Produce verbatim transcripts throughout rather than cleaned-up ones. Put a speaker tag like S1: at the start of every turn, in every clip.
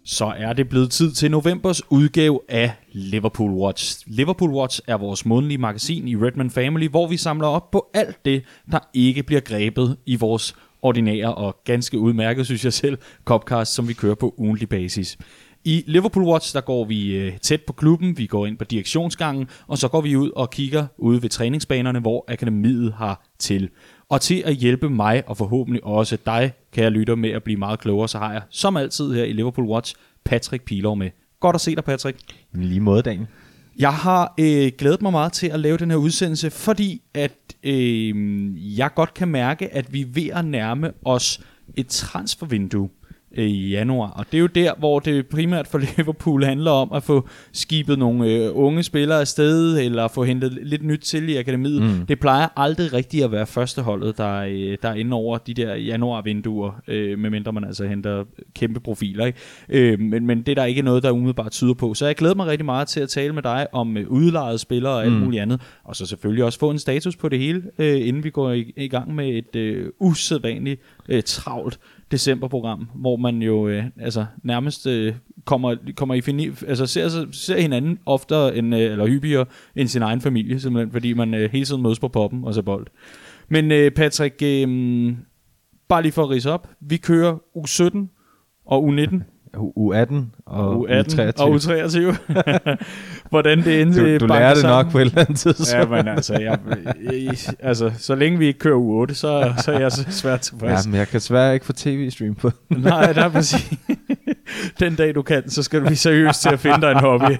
S1: Så er det blevet tid til novembers udgave af Liverpool Watch. Liverpool Watch er vores månedlige magasin i Redman Family, hvor vi samler op på alt det, der ikke bliver grebet i vores ordinære og ganske udmærket, synes jeg selv, Copcast, som vi kører på ugentlig basis. I Liverpool Watch, der går vi tæt på klubben, vi går ind på direktionsgangen, og så går vi ud og kigger ude ved træningsbanerne, hvor akademiet har til. Og til at hjælpe mig, og forhåbentlig også dig, kære lytter, med at blive meget klogere, så har jeg som altid her i Liverpool Watch, Patrick Pilov med. Godt at se dig, Patrick.
S2: I lige måde, Daniel.
S1: Jeg har øh, glædet mig meget til at lave den her udsendelse, fordi at øh, jeg godt kan mærke, at vi er ved at nærme os et transfervindue i januar, og det er jo der, hvor det primært for Liverpool handler om at få skibet nogle øh, unge spillere afsted, eller få hentet lidt nyt til i akademiet. Mm. Det plejer aldrig rigtigt at være førsteholdet, der, øh, der er inde over de der januarvinduer, øh, medmindre man altså henter kæmpe profiler. Ikke? Øh, men, men det er der ikke noget, der umiddelbart tyder på. Så jeg glæder mig rigtig meget til at tale med dig om øh, udlejede spillere og alt mm. muligt andet, og så selvfølgelig også få en status på det hele, øh, inden vi går i, i gang med et øh, usædvanligt øh, travlt decemberprogram, hvor man jo øh, altså nærmest øh, kommer kommer i fini, altså ser ser hinanden oftere end øh, eller hyppigere end sin egen familie, simpelthen fordi man øh, hele tiden mødes på poppen og så bold. Men øh, Patrick, øh, bare lige for at ridse op, vi kører U sytten og U nitten.
S2: U atten og
S1: U atten
S2: U treogtyve.
S1: Og U treogtyve. Hvordan det endte.
S2: Du, du lærer det
S1: sammen.
S2: nok på et eller andet tidspunkt.
S1: Ja, men altså, jeg, jeg, altså, så længe vi ikke kører U otte, så, så er jeg så svært tilfreds.
S2: Ja, men jeg kan svært ikke få tv-stream på.
S1: Nej, der er præcis. Den dag du kan, så skal du blive seriøst til at finde dig en hobby.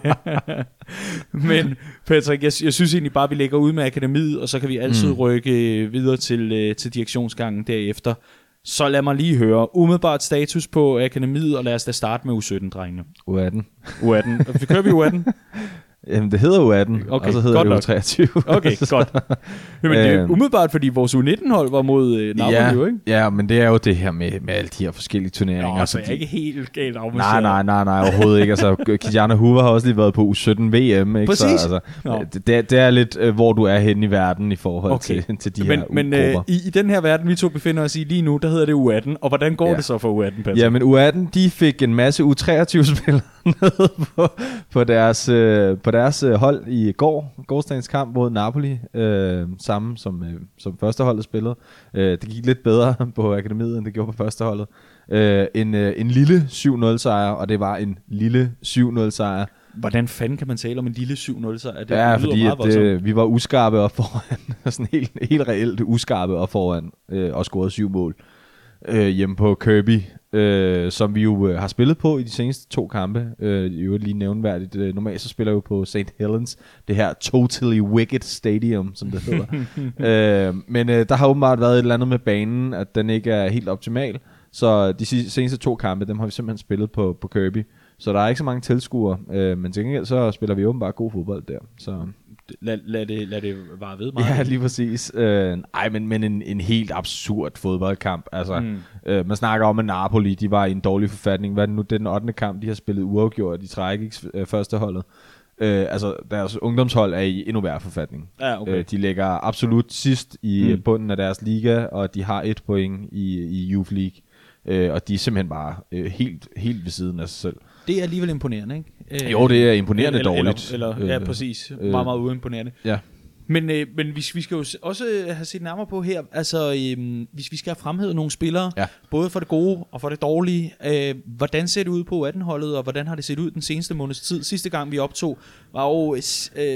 S1: Men Patrick, jeg, jeg synes egentlig bare, at vi lægger ud med akademiet, og så kan vi altid mm. rykke videre til, til direktionsgangen derefter. Så lad mig lige høre umiddelbart status på akademiet, og lad os da starte med U sytten-drengene.
S2: U atten.
S1: U atten. Vi kører vi U atten?
S2: Jamen, det hedder U atten,
S1: okay,
S2: og så hedder det U treogtyve.
S1: Okay, godt. Jamen, det er umiddelbart, fordi vores U nitten-hold var mod øh, Napoli,
S2: ja,
S1: jo, ikke?
S2: Ja, men det er jo det her med, med alle de her forskellige turneringer.
S1: Nå, så jeg er ikke helt galt afmuseret.
S2: Nej, nej, nej, nej, overhovedet ikke. Altså, Kijana Hoover har også lige været på U sytten V M, ikke?
S1: Præcis.
S2: Så, altså, det, det er lidt, øh, hvor du er henne i verden i forhold okay. til, til de
S1: men,
S2: her
S1: Men øh, i, i den her verden, vi to befinder os i lige nu, der hedder det U atten. Og hvordan går ja. det så for U atten, Patrick?
S2: Ja, men U atten, de fik en masse U treogtyve-spillere ned på, på deres, øh, på deres øh, hold i går, gårsdagens kamp mod Napoli, øh, samme som, øh, som førsteholdet spillede. Øh, det gik lidt bedre på akademiet, end det gjorde på førsteholdet. Øh, en, øh, en lille syv nul sejr, og det var en lille syv nul sejr.
S1: Hvordan fanden kan man tale om en lille syv nul sejr? Det
S2: ja, fordi at, øh, vi var uskarpe op foran, sådan helt, helt reelt uskarpe op foran, øh, og scorede syv mål øh, hjemme på Kirby. Øh, som vi jo øh, har spillet på i de seneste to kampe. Øh, I øvrigt lige nævnværdigt. Øh, normalt så spiller vi på Saint Helens, det her Totally Wicked Stadium, som det hedder. øh, men øh, der har åbenbart været et eller andet med banen, at den ikke er helt optimal. Så de seneste to kampe, dem har vi simpelthen spillet på, på Kirby. Så der er ikke så mange tilskuere, øh, men til gengæld så spiller vi åbenbart god fodbold der. Så
S1: Lad, lad, det, lad det bare ved mig.
S2: Ja, lige præcis. Øh, ej, men, men en, en helt absurd fodboldkamp. Altså, mm. øh, man snakker om, at Napoli, de var i en dårlig forfatning. Hvad er det nu? Det er den ottende kamp, de har spillet uafgjort. De trækker ikke øh, første holdet. Øh, altså, deres ungdomshold er i endnu værre forfatning.
S1: Ja, okay.
S2: øh, de ligger absolut sidst i mm. bunden af deres liga, og de har et point i, i Youth League. Øh, og de er simpelthen bare øh, helt, helt ved siden af sig selv.
S1: Det er alligevel imponerende, ikke? Øh,
S2: jo, det er imponerende
S1: eller,
S2: dårligt.
S1: Eller, eller, ja, præcis. Øh, meget, meget uimponerende.
S2: Ja.
S1: Men, øh, men hvis vi skal jo også have set nærmere på her, altså øh, hvis vi skal have fremhævet nogle spillere, ja. både for det gode og for det dårlige, øh, hvordan ser det ud på U atten-holdet, og hvordan har det set ud den seneste måneds tid? Sidste gang vi optog var jo, øh,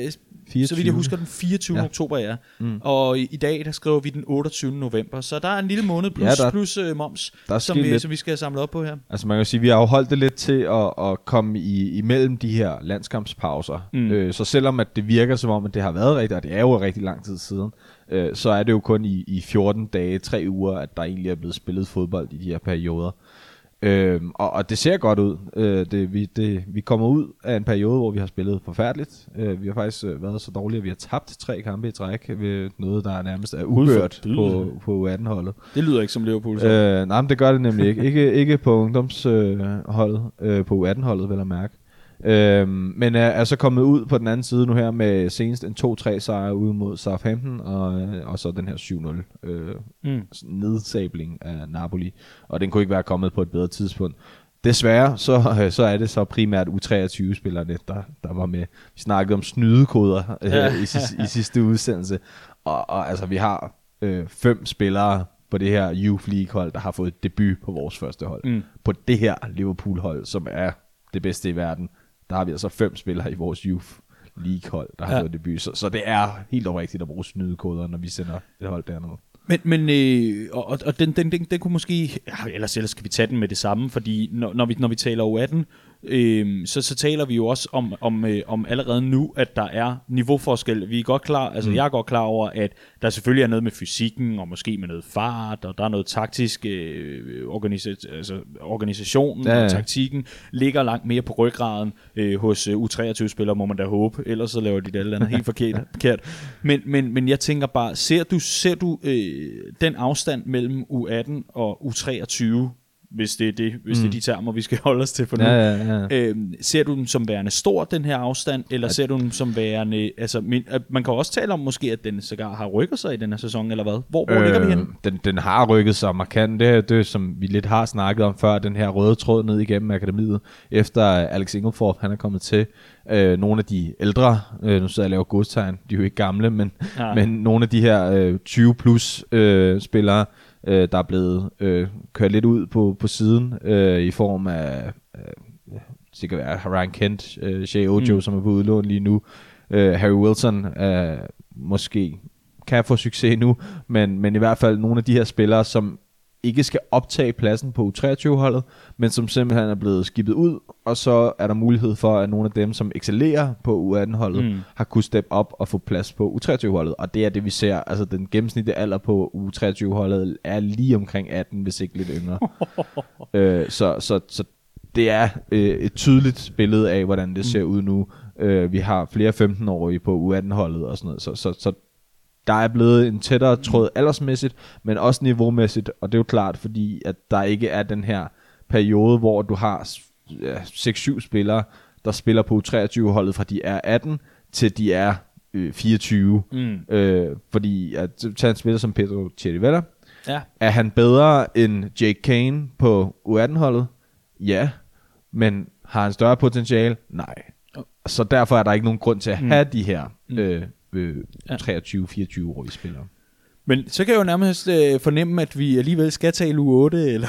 S1: så vidt jeg husker, den fireogtyvende Ja. oktober, ja. Mm. Og i, i dag, der skriver vi den otteogtyvende november, så der er en lille måned plus, ja, der, plus øh, moms, som vi, som vi skal samle op på her.
S2: Altså man kan jo sige, vi har jo holdt det lidt til at, at komme i, imellem de her landskampspauser. Mm. Øh, så selvom at det virker som om, at det har været rigtigt, og det er jo rigtig lang tid siden, øh, så er det jo kun i, i fjorten dage, tre uger, at der egentlig er blevet spillet fodbold i de her perioder. Øhm, og, og det ser godt ud. øh, det, vi, det, vi kommer ud af en periode, hvor vi har spillet forfærdeligt. øh, Vi har faktisk øh, været så dårlige, at vi har tabt tre kampe i træk ved noget, der nærmest er uhørt på, på U atten-holdet.
S1: Det lyder ikke som Liverpool.
S2: øh, Nej, men det gør det nemlig ikke. Ikke, ikke på ungdomsholdet, øh, øh, på U atten-holdet vel at mærke. Øhm, men er, er så kommet ud på den anden side nu her med senest en to tre sejr ude mod Southampton, og, og så den her syv nul øh, mm. nedsabling af Napoli, og den kunne ikke være kommet på et bedre tidspunkt. desværre, så, så er det så primært U treogtyve-spillerne, der, der var med. Vi snakkede om snydekoder øh, ja. i, i sidste udsendelse, og, og altså vi har øh, fem spillere på det her Youth League-hold, der har fået debut på vores første hold. Mm. På det her Liverpool-hold, som er det bedste i verden, der har vi altså fem spillere i vores Youth League-hold, der har ja. fået debut. Så, så det er helt oprigtigt at bruge snydekoder, når vi sender et hold dernede.
S1: Men, men øh, og, og den, den, den, den kunne måske, ja, ellers, ellers skal vi tage den med det samme, fordi når, når, vi, når vi taler U atten, øh, så, så taler vi jo også om, om, øh, om allerede nu, at der er niveauforskel. Vi er godt klar, altså mm. jeg er godt klar over, at der selvfølgelig er noget med fysikken, og måske med noget fart, og der er noget taktisk, øh, organisa- altså organisationen ja, ja. og taktikken ligger langt mere på ryggraden øh, hos øh, U treogtyve-spillere, må man da håbe, ellers så laver de det eller andet helt forkert. forkert. Men, men, men jeg tænker bare, ser du, ser du øh, den afstand mellem U atten og U treogtyve, hvis det er det, hvis mm. det er de termer, vi skal holde os til for nu. Ja, ja, ja. Øhm, ser du den som værende stor, den her afstand, eller ja. ser du den som værende, altså, men, man kan også tale om måske, at den sågar har rykket sig i den her sæson, eller hvad? Hvor, hvor øh, ligger vi henne?
S2: Den, den har rykket sig markant. Det er det, som vi lidt har snakket om før, den her røde tråd ned igennem akademiet, efter Alex Ingelforth, han er kommet til. Øh, nogle af de ældre, øh, nu sidder jeg og laver godstegn, de er jo ikke gamle, men, ja. men nogle af de her øh, tyve plus øh, spillere, øh, der er blevet øh, kørt lidt ud på, på siden, øh, i form af øh, sikkert være Ryan Kent, øh, Shea Ojo, mm. som er på udlån lige nu, øh, Harry Wilson, øh, måske kan få succes nu, men, men i hvert fald nogle af de her spillere, som ikke skal optage pladsen på U treogtyve-holdet, men som simpelthen er blevet skibet ud, og så er der mulighed for, at nogle af dem, som excellerer på U atten-holdet, mm. har kunnet steppe op og få plads på U treogtyve-holdet, og det er det, vi ser. Altså, den gennemsnitlige alder på U treogtyve-holdet er lige omkring atten, hvis ikke lidt yngre. øh, så, så, så det er øh, et tydeligt billede af, hvordan det ser ud nu. Øh, vi har flere femten-årige på U atten-holdet og sådan noget, så, så, så der er blevet en tættere tråd aldersmæssigt, men også niveaumæssigt, og det er jo klart, fordi at der ikke er den her periode, hvor du har ja, seks syv spillere, der spiller på U treogtyve-holdet fra de er atten til de er øh, fireogtyve. Mm. Øh, fordi at tage en spiller som Pedro Chirivella, ja. Er han bedre end Jake Kane på U atten-holdet? Ja, men har han større potentiale? Nej. Så derfor er der ikke nogen grund til at have mm. de her øh, øh, ja. treogtyve fireogtyve-årige spillere.
S1: Men så kan jeg jo nærmest øh, fornemme, at vi alligevel skal tage U otte eller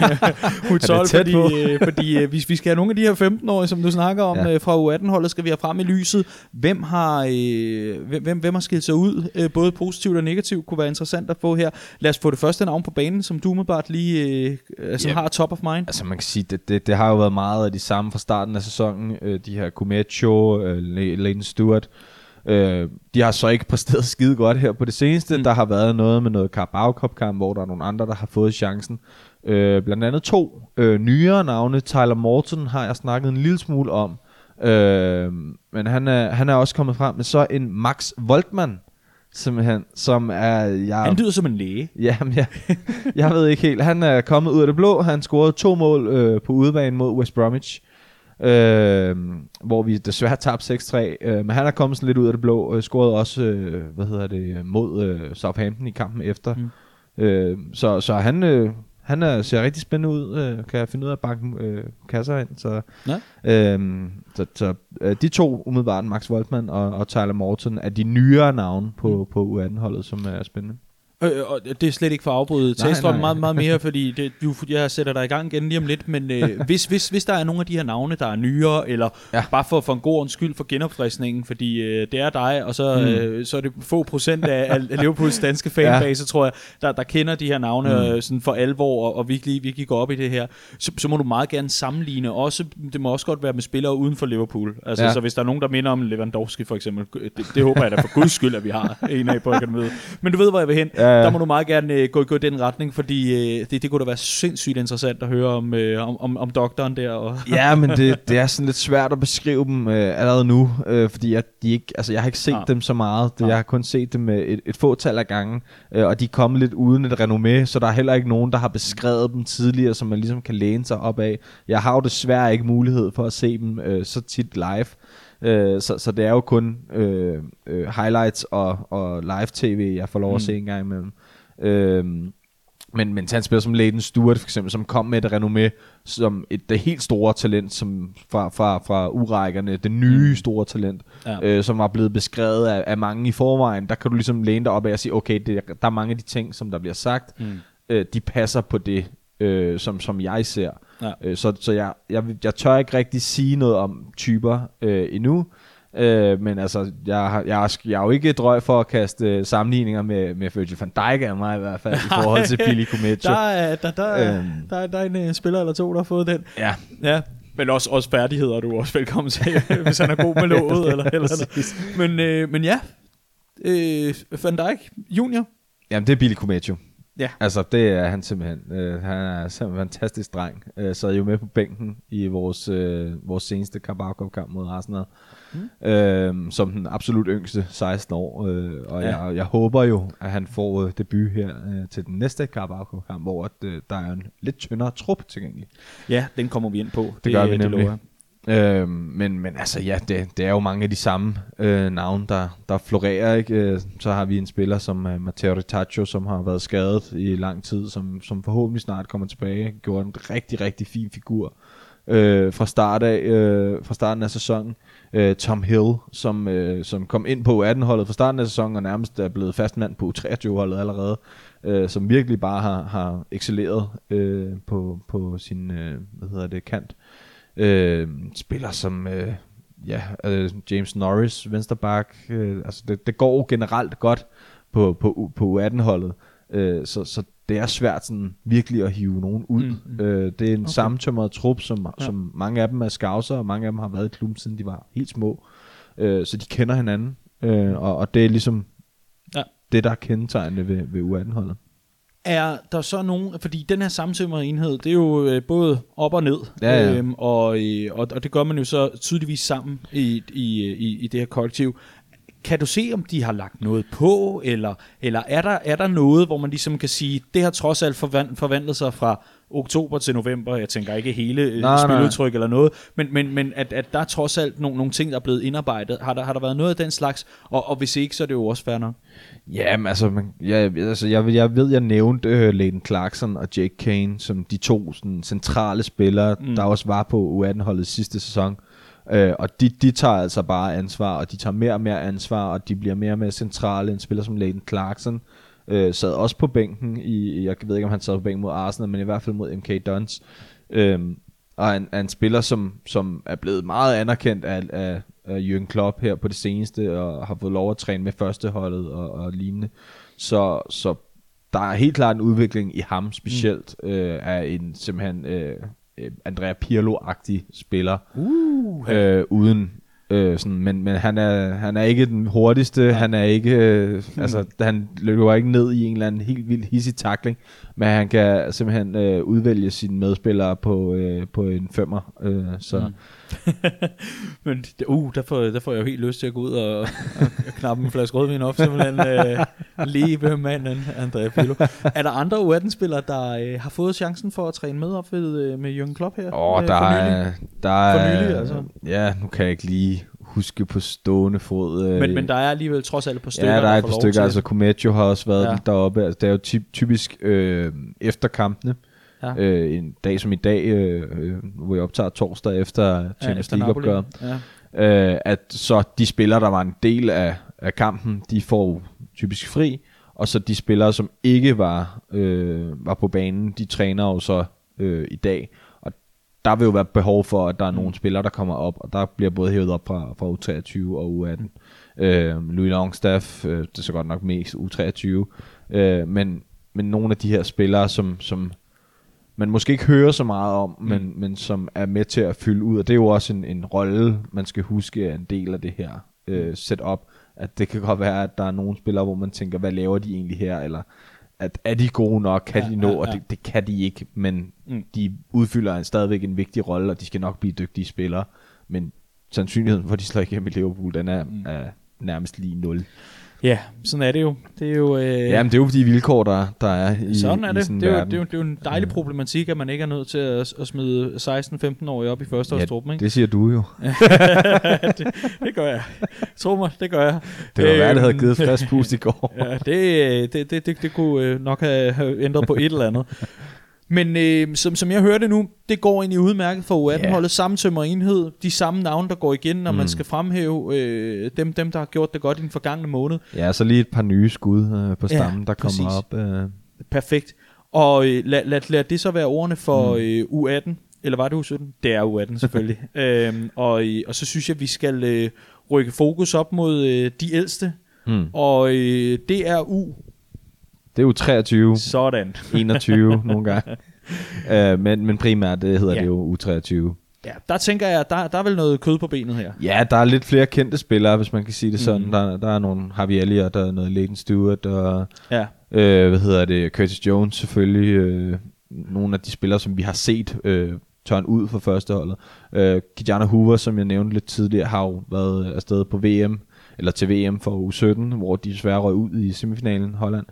S1: U tolv, fordi, øh, fordi øh, hvis vi skal have nogle af de her femten-årige, som du snakker om, ja. øh, fra U atten-holdet, skal vi have frem i lyset. Hvem har, øh, hvem, hvem har skilt sig ud, øh, både positivt og negativt, kunne være interessant at få her. Lad os få det første navn på banen, som du umiddelbart lige øh, altså ja. har top of mind.
S2: Altså man kan sige, det, det, det har jo været meget af de samme fra starten af sæsonen. Øh, de her Kumecho, øh, Layton Stewart. Øh, de har så ikke præsteret skide godt her på det seneste. Mm. Der har været noget med noget Carabao Cup-kamp, hvor der er nogle andre, der har fået chancen. Øh, blandt andet to øh, nyere navne. Tyler Morton har jeg snakket en lille smule om. Øh, men han er, han er også kommet frem med så en Max Voltmann, simpelthen, som er... Jeg,
S1: han lyder som en læge.
S2: Jamen, jeg, jeg ved ikke helt. Han er kommet ud af det blå. Han scorede to mål øh, på udebane mod West Bromwich. Øh, hvor vi desværre tabte seks tre, øh, men han er kommet sådan lidt ud af det blå, og scorede også øh, hvad hedder det, mod øh, Southampton i kampen efter. Mm. øh, så, så han, øh, han er, ser rigtig spændende ud, øh, kan jeg finde ud af at banke øh, kasser ind, så, ja. øh, så, så øh, de to umiddelbart, Max Voltmann og, og Tyler Morton, er de nyere navne på, mm. på U atten-holdet, som er spændende.
S1: Øh, og det er slet ikke for at afbryde Tagstrøm meget, meget mere, fordi det, du, jeg sætter dig i gang igen lige om lidt, men øh, hvis, hvis, hvis der er nogle af de her navne, der er nyere, eller ja. bare for, for en god undskyld for genopfriskningen, fordi øh, det er dig, og så, mm. øh, så er det få procent af, af Liverpools danske fanbase, ja. tror jeg, der, der kender de her navne mm. øh, sådan for alvor, og, og virkelig, virkelig går op i det her, så, så må du meget gerne sammenligne, også, det må også godt være med spillere uden for Liverpool, altså ja. så hvis der er nogen, der minder om Lewandowski for eksempel, det, det håber jeg da for guds skyld, at vi har en af på akademiet, men du ved, hvor jeg vil hen. Ja. Der må du meget gerne uh, gå, gå i den retning, fordi uh, det, det kunne da være sindssygt interessant at høre om, uh, om, om, om doktoren der. Og
S2: ja, men det, det er sådan lidt svært at beskrive dem uh, allerede nu, uh, fordi jeg, de ikke, altså, jeg har ikke set ja. dem så meget. Det, ja. Jeg har kun set dem et, et fåtal af gange, uh, og de er kommet lidt uden et renommé, så der er heller ikke nogen, der har beskrevet dem tidligere, som man ligesom kan læne sig op af. Jeg har jo desværre ikke mulighed for at se dem uh, så tit live. Uh, så, så det er jo kun uh, uh, highlights og, og live-tv, jeg får lov at mm. se en gang imellem. Øhm, Men, men tag en spiller som Leighton Stewart for eksempel, som kom med et renommé som et det helt store talent, som fra, fra, fra urækkerne, det nye mm. store talent, ja. øh, som var blevet beskrevet af, af mange i forvejen. Der kan du ligesom læne dig op af og sige, okay, det, der er mange af de ting, som der bliver sagt, mm. øh, de passer på det, øh, som, som jeg ser. Ja. Øh, så så jeg, jeg, jeg tør ikke rigtig sige noget om typer øh, endnu. Øh, men altså, jeg, jeg, jeg, jeg er jo ikke drøg for at kaste sammenligninger med, med Virgil van Dijk af mig i hvert fald, i forhold til Billy Cometto.
S1: Der er, der, der, øhm. der, der er en uh, spiller eller to, der har fået den.
S2: Ja.
S1: Ja. Men også, også færdigheder er du også velkommen til, hvis han er god med låget. eller, eller men, øh, men ja, øh, Van Dijk junior.
S2: Jamen, det er Billy Cometto.
S1: Ja.
S2: Altså, det er han simpelthen. Øh, han er simpelthen en fantastisk dreng. Øh, sad jo med på bænken i vores, øh, vores seneste Carabao Cup-kamp mod Arsenal. Mm. Øh, som den absolut yngste, seksten år. Øh, og ja. jeg, jeg håber jo, at han får øh, debut her øh, til den næste Carabao Cup-kamp, hvor at, øh, der er en lidt tyndere trup tilgængelig.
S1: Ja, den kommer vi ind på. Det,
S2: det gør vi
S1: det
S2: nemlig. Øh, men, men altså ja, det, det er jo mange af de samme øh, navne, der, der florerer, ikke? Øh, så har vi en spiller som uh, Matteo Retaccio, som har været skadet i lang tid, som, som forhåbentlig snart kommer tilbage. Gjorde en rigtig, rigtig fin figur øh, fra, start af, øh, fra starten af sæsonen. Øh, Tom Hill, som, øh, som kom ind på U atten-holdet fra starten af sæsonen, og nærmest er blevet fastmand på U treogtyve-holdet allerede. Øh, som virkelig bare har, har excelleret øh, på, på sin øh, hvad hedder det, kant. Øh, spiller som øh, ja, øh, James Norris, venstreback. Øh, altså det, det går generelt godt på, på, på U atten-holdet, øh, så, så det er svært sådan virkelig at hive nogen ud. Mm, mm. Øh, det er en okay. sammentømret trup, som, ja. som mange af dem er scouser, og mange af dem har været i klubben, siden de var helt små. Øh, så de kender hinanden, øh, og, og det er ligesom ja. det, der er kendetegnende ved, ved U atten-holdet.
S1: Er der så nogen, fordi den her sammentømrede enhed, det er jo øh, både op og ned,
S2: ja, ja.
S1: Øhm, og, øh, og, og det gør man jo så tydeligvis sammen i, i, i, i det her kollektiv. Kan du se, om de har lagt noget på, eller, eller er, der, er der noget, hvor man ligesom kan sige, det har trods alt forvand, forvandlet sig fra oktober til november, jeg tænker ikke hele nej, spiludtryk nej. eller noget, men, men, men at, at der er trods alt nogle, nogle ting, der er blevet indarbejdet. Har der, har der været noget af den slags, og, og hvis ikke, så er det jo også fair nok.
S2: Jamen altså, man, ja, altså jeg, jeg ved, jeg nævnte uh, Leighton Clarkson og Jake Kane som de to sådan, centrale spillere, mm. der også var på U atten-holdet sidste sæson. Uh, og de, de tager altså bare ansvar, og de tager mere og mere ansvar, og de bliver mere og mere centrale. En spiller som Leighton Clarkson uh, sad også på bænken i, jeg ved ikke om han sad på bænken mod Arsenal, men i hvert fald mod M K Dons. Uh, og en, en spiller som, som er blevet meget anerkendt af, af, af Jürgen Klopp her på det seneste, og har fået lov at træne med førsteholdet og, og lignende. Så, så der er helt klart en udvikling i ham specielt, mm. uh, af en simpelthen uh, Andrea Pirlo-agtig spiller, uh, øh, uden øh, sådan, men, men han er han er ikke den hurtigste, ja. han er ikke øh, hmm. altså han løber ikke ned i en eller anden helt vild hissig tackling, men han kan simpelthen øh, udvælge sine medspillere på øh, på en femmer, øh, så mm.
S1: men uh, der får, der får jeg jo helt lyst til at gå ud og, og, og knappe en flaske rødvin op, simpelthen øh, leve manden Andrea Pirlo. Er der andre U atten-spillere, der øh, har fået chancen for at træne med op ved, øh, med Jürgen Klopp her?
S2: Åh, oh,
S1: øh,
S2: der er, der er,
S1: for nylig, altså.
S2: Ja, nu kan jeg ikke lige huske på stående fod. Øh,
S1: men, men der er alligevel trods alt på stykker.
S2: Ja, der er et par stykker, altså Cometto har også været
S1: ja.
S2: deroppe. Altså, det er jo typ, typisk øh, efter kampene. Ja. Øh, en dag som i dag, øh, hvor jeg optager torsdag efter Champions ja, League-opgør, ja. øh, at så de spillere, der var en del af, af kampen, de får typisk fri, og så de spillere, som ikke var, øh, var på banen, de træner jo så øh, i dag, og der vil jo være behov for, at der er nogle mm. spillere, der kommer op, og der bliver både hævet op fra, fra U treogtyve og U atten. Øh, Louis Longstaff, øh, det er så godt nok mest U treogtyve, øh, men, men nogle af de her spillere, som, som man måske ikke hører så meget om, mm. men, men som er med til at fylde ud, og det er jo også en, en rolle, man skal huske er en del af det her øh, setup, at det kan godt være, at der er nogle spillere, hvor man tænker, hvad laver de egentlig her, eller at er de gode nok, kan ja, de nå, ja, ja. og det, det kan de ikke, men mm. de udfylder en, stadigvæk en vigtig rolle, og de skal nok blive dygtige spillere, men sandsynligheden for, at de slår igennem i Liverpool, den er, mm. er nærmest lige nul.
S1: Ja, sådan er det jo. Det er jo øh...
S2: Jamen, det er jo de vilkår, der, der er i
S1: sådan er
S2: i
S1: det.
S2: sådan
S1: Det er, jo,
S2: verden.
S1: det, er jo, det er jo en dejlig problematik, at man ikke er nødt til at, at smide seksten femten-årige op i førsteårstruppen, ikke?
S2: Det siger du jo.
S1: det, det gør jeg. Tro mig, det gør jeg.
S2: Det var værd, det havde
S1: Øhm,
S2: givet frisk pust i går.
S1: Ja, det, det, det, det, det kunne nok have, have ændret på et eller andet. Men øh, som, som jeg hørte nu, det går ind i udmærket for U atten-holdet. Yeah. Samme tømmer enhed, de samme navne, der går igen, når mm. man skal fremhæve øh, dem, dem, der har gjort det godt i den forgangne måned.
S2: Ja, så lige et par nye skud øh, på stammen, ja, der kommer
S1: præcis.
S2: op. Øh.
S1: Perfekt. Og øh, lad, lad, lad det så være ordene for mm. øh, U atten. Eller var det U sytten? Det er U atten selvfølgelig. øhm, og, og så synes jeg, at vi skal øh, rykke fokus op mod øh, de ældste. Mm. Og øh, det er U.
S2: Det er U treogtyve.
S1: Sådan.
S2: enogtyve nogle gange. uh, men, men primært det hedder
S1: ja.
S2: det jo U treogtyve.
S1: Ja, der tænker jeg, der, der er vel noget kød på benet her.
S2: Ja, der er lidt flere kendte spillere, hvis man kan sige det sådan. Mm. Der, der er nogle Harvey Elliott, der er noget Leighton Stewart, og
S1: ja.
S2: øh, hvad hedder det, Curtis Jones selvfølgelig. Øh, nogle af de spillere, som vi har set øh, tørne ud for førsteholdet. Øh, Ki-Jana Hoever, som jeg nævnte lidt tidligere, har jo været afsted på V M, eller til V M for U sytten, hvor de desværre røg ud i semifinalen Holland.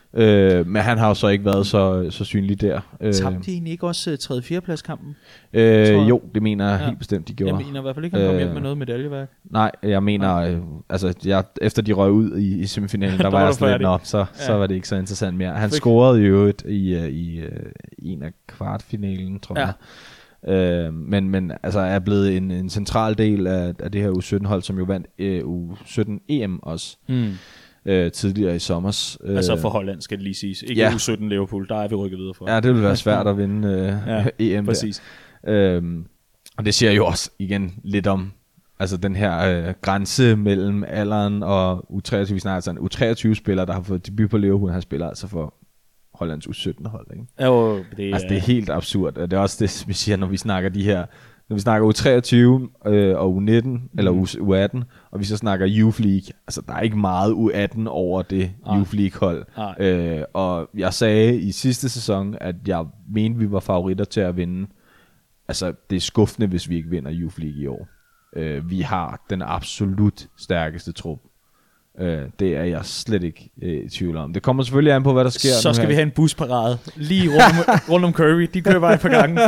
S2: Øh, men han har jo så ikke været så, så synlig der.
S1: Øh, Tabte de egentlig ikke også uh, tredje fjerde pladskampen?
S2: Øh, jo, det mener jeg ja. helt bestemt, de gjorde.
S1: Jeg mener i hvert fald ikke, han kom øh, hjem med noget medaljeværk.
S2: Nej, jeg mener, øh, altså jeg, efter de røg ud i, i semifinalen, der, der var jeg sådan lidt op, så, ja. så var det ikke så interessant mere. Han Fik. scorede jo et, i, i, i, i en af kvartfinalen, tror jeg. Ja. Øh, men, men altså er blevet en, en central del af, af det her U sytten-hold, som jo vandt øh, U sytten E M også. Mm. Øh, tidligere i sommers.
S1: Altså for Holland skal det lige siges. Ikke ja. U sytten Liverpool, der er vi rykket videre fra.
S2: Ja, det vil være svært at vinde øh, ja, E M
S1: præcis.
S2: Øhm, og det siger jo også igen lidt om altså den her øh, grænse mellem alderen og U treogtyve. Vi snakker altså en U treogtyve-spiller, der har fået debut på Liverpool. Han spiller altså for Hollands U sytten-hold. Ikke?
S1: Jo, det,
S2: altså det er helt absurd. Det er også det, vi siger, når vi snakker de her... Når vi snakker U treogtyve øh, og U nitten, mm. eller U atten, og vi så snakker Youth League, altså der er ikke meget U atten over det ah. Youth League-hold. Ah. Øh, og jeg sagde i sidste sæson, at jeg mente, vi var favoritter til at vinde. Altså det er skuffende, hvis vi ikke vinder Youth League i år. Øh, vi har den absolut stærkeste trup. Øh, det er jeg slet ikke øh, i tvivl om. Det kommer selvfølgelig an på, hvad der sker.
S1: Så skal her. Vi have en busparade lige rundt om, rundt om Kirby. De kører bare et par gange.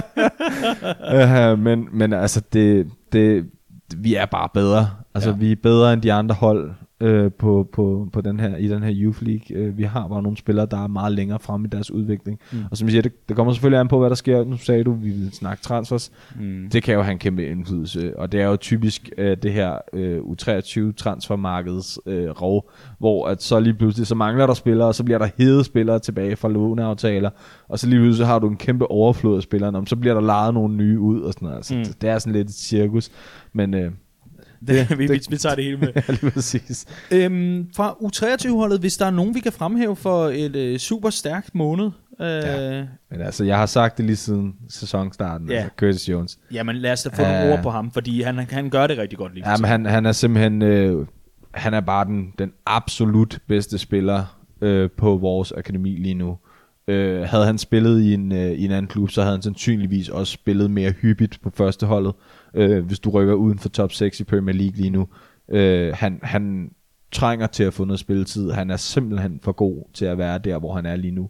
S2: uh, men, men altså, det, det, vi er bare bedre. Altså, ja. Vi er bedre end de andre hold øh, på, på, på den her, i den her Youth League. Øh, vi har bare nogle spillere, der er meget længere fremme i deres udvikling. Mm. Og som jeg siger, det, det kommer selvfølgelig an på, hvad der sker. Nu sagde du, vi vil snakke transfers. Mm. Det kan jo have en kæmpe indflydelse. Og det er jo typisk øh, det her øh, U treogtyve transfermarkedets øh, rov, hvor at så lige pludselig så mangler der spillere, og så bliver der hede spillere tilbage fra låneaftaler, og så lige pludselig har du en kæmpe overflod af spillere, og så bliver der lejet nogle nye ud og sådan noget. Altså, mm. det, det er sådan lidt et cirkus. Men... Øh,
S1: Det, vi, det, vi tager det hele med.
S2: Ja, lige præcis.
S1: Øhm, fra U treogtyve-holdet, hvis der er nogen, vi kan fremhæve for et øh, super stærkt måned. Øh,
S2: ja. Men altså, jeg har sagt det lige siden sæsonstarten, ja. Altså Curtis Jones.
S1: Jamen lad os da få uh, nogle ord på ham, fordi han, han gør det rigtig godt lige.
S2: Jamen han, han er simpelthen, øh, han er bare den, den absolut bedste spiller øh, på vores akademi lige nu. Øh, havde han spillet i en, øh, i en anden klub, så havde han sandsynligvis også spillet mere hyppigt på førsteholdet. Øh, hvis du rykker uden for top seks i Premier League lige nu. Øh, han, han trænger til at få noget spilletid. Han er simpelthen for god til at være der, hvor han er lige nu.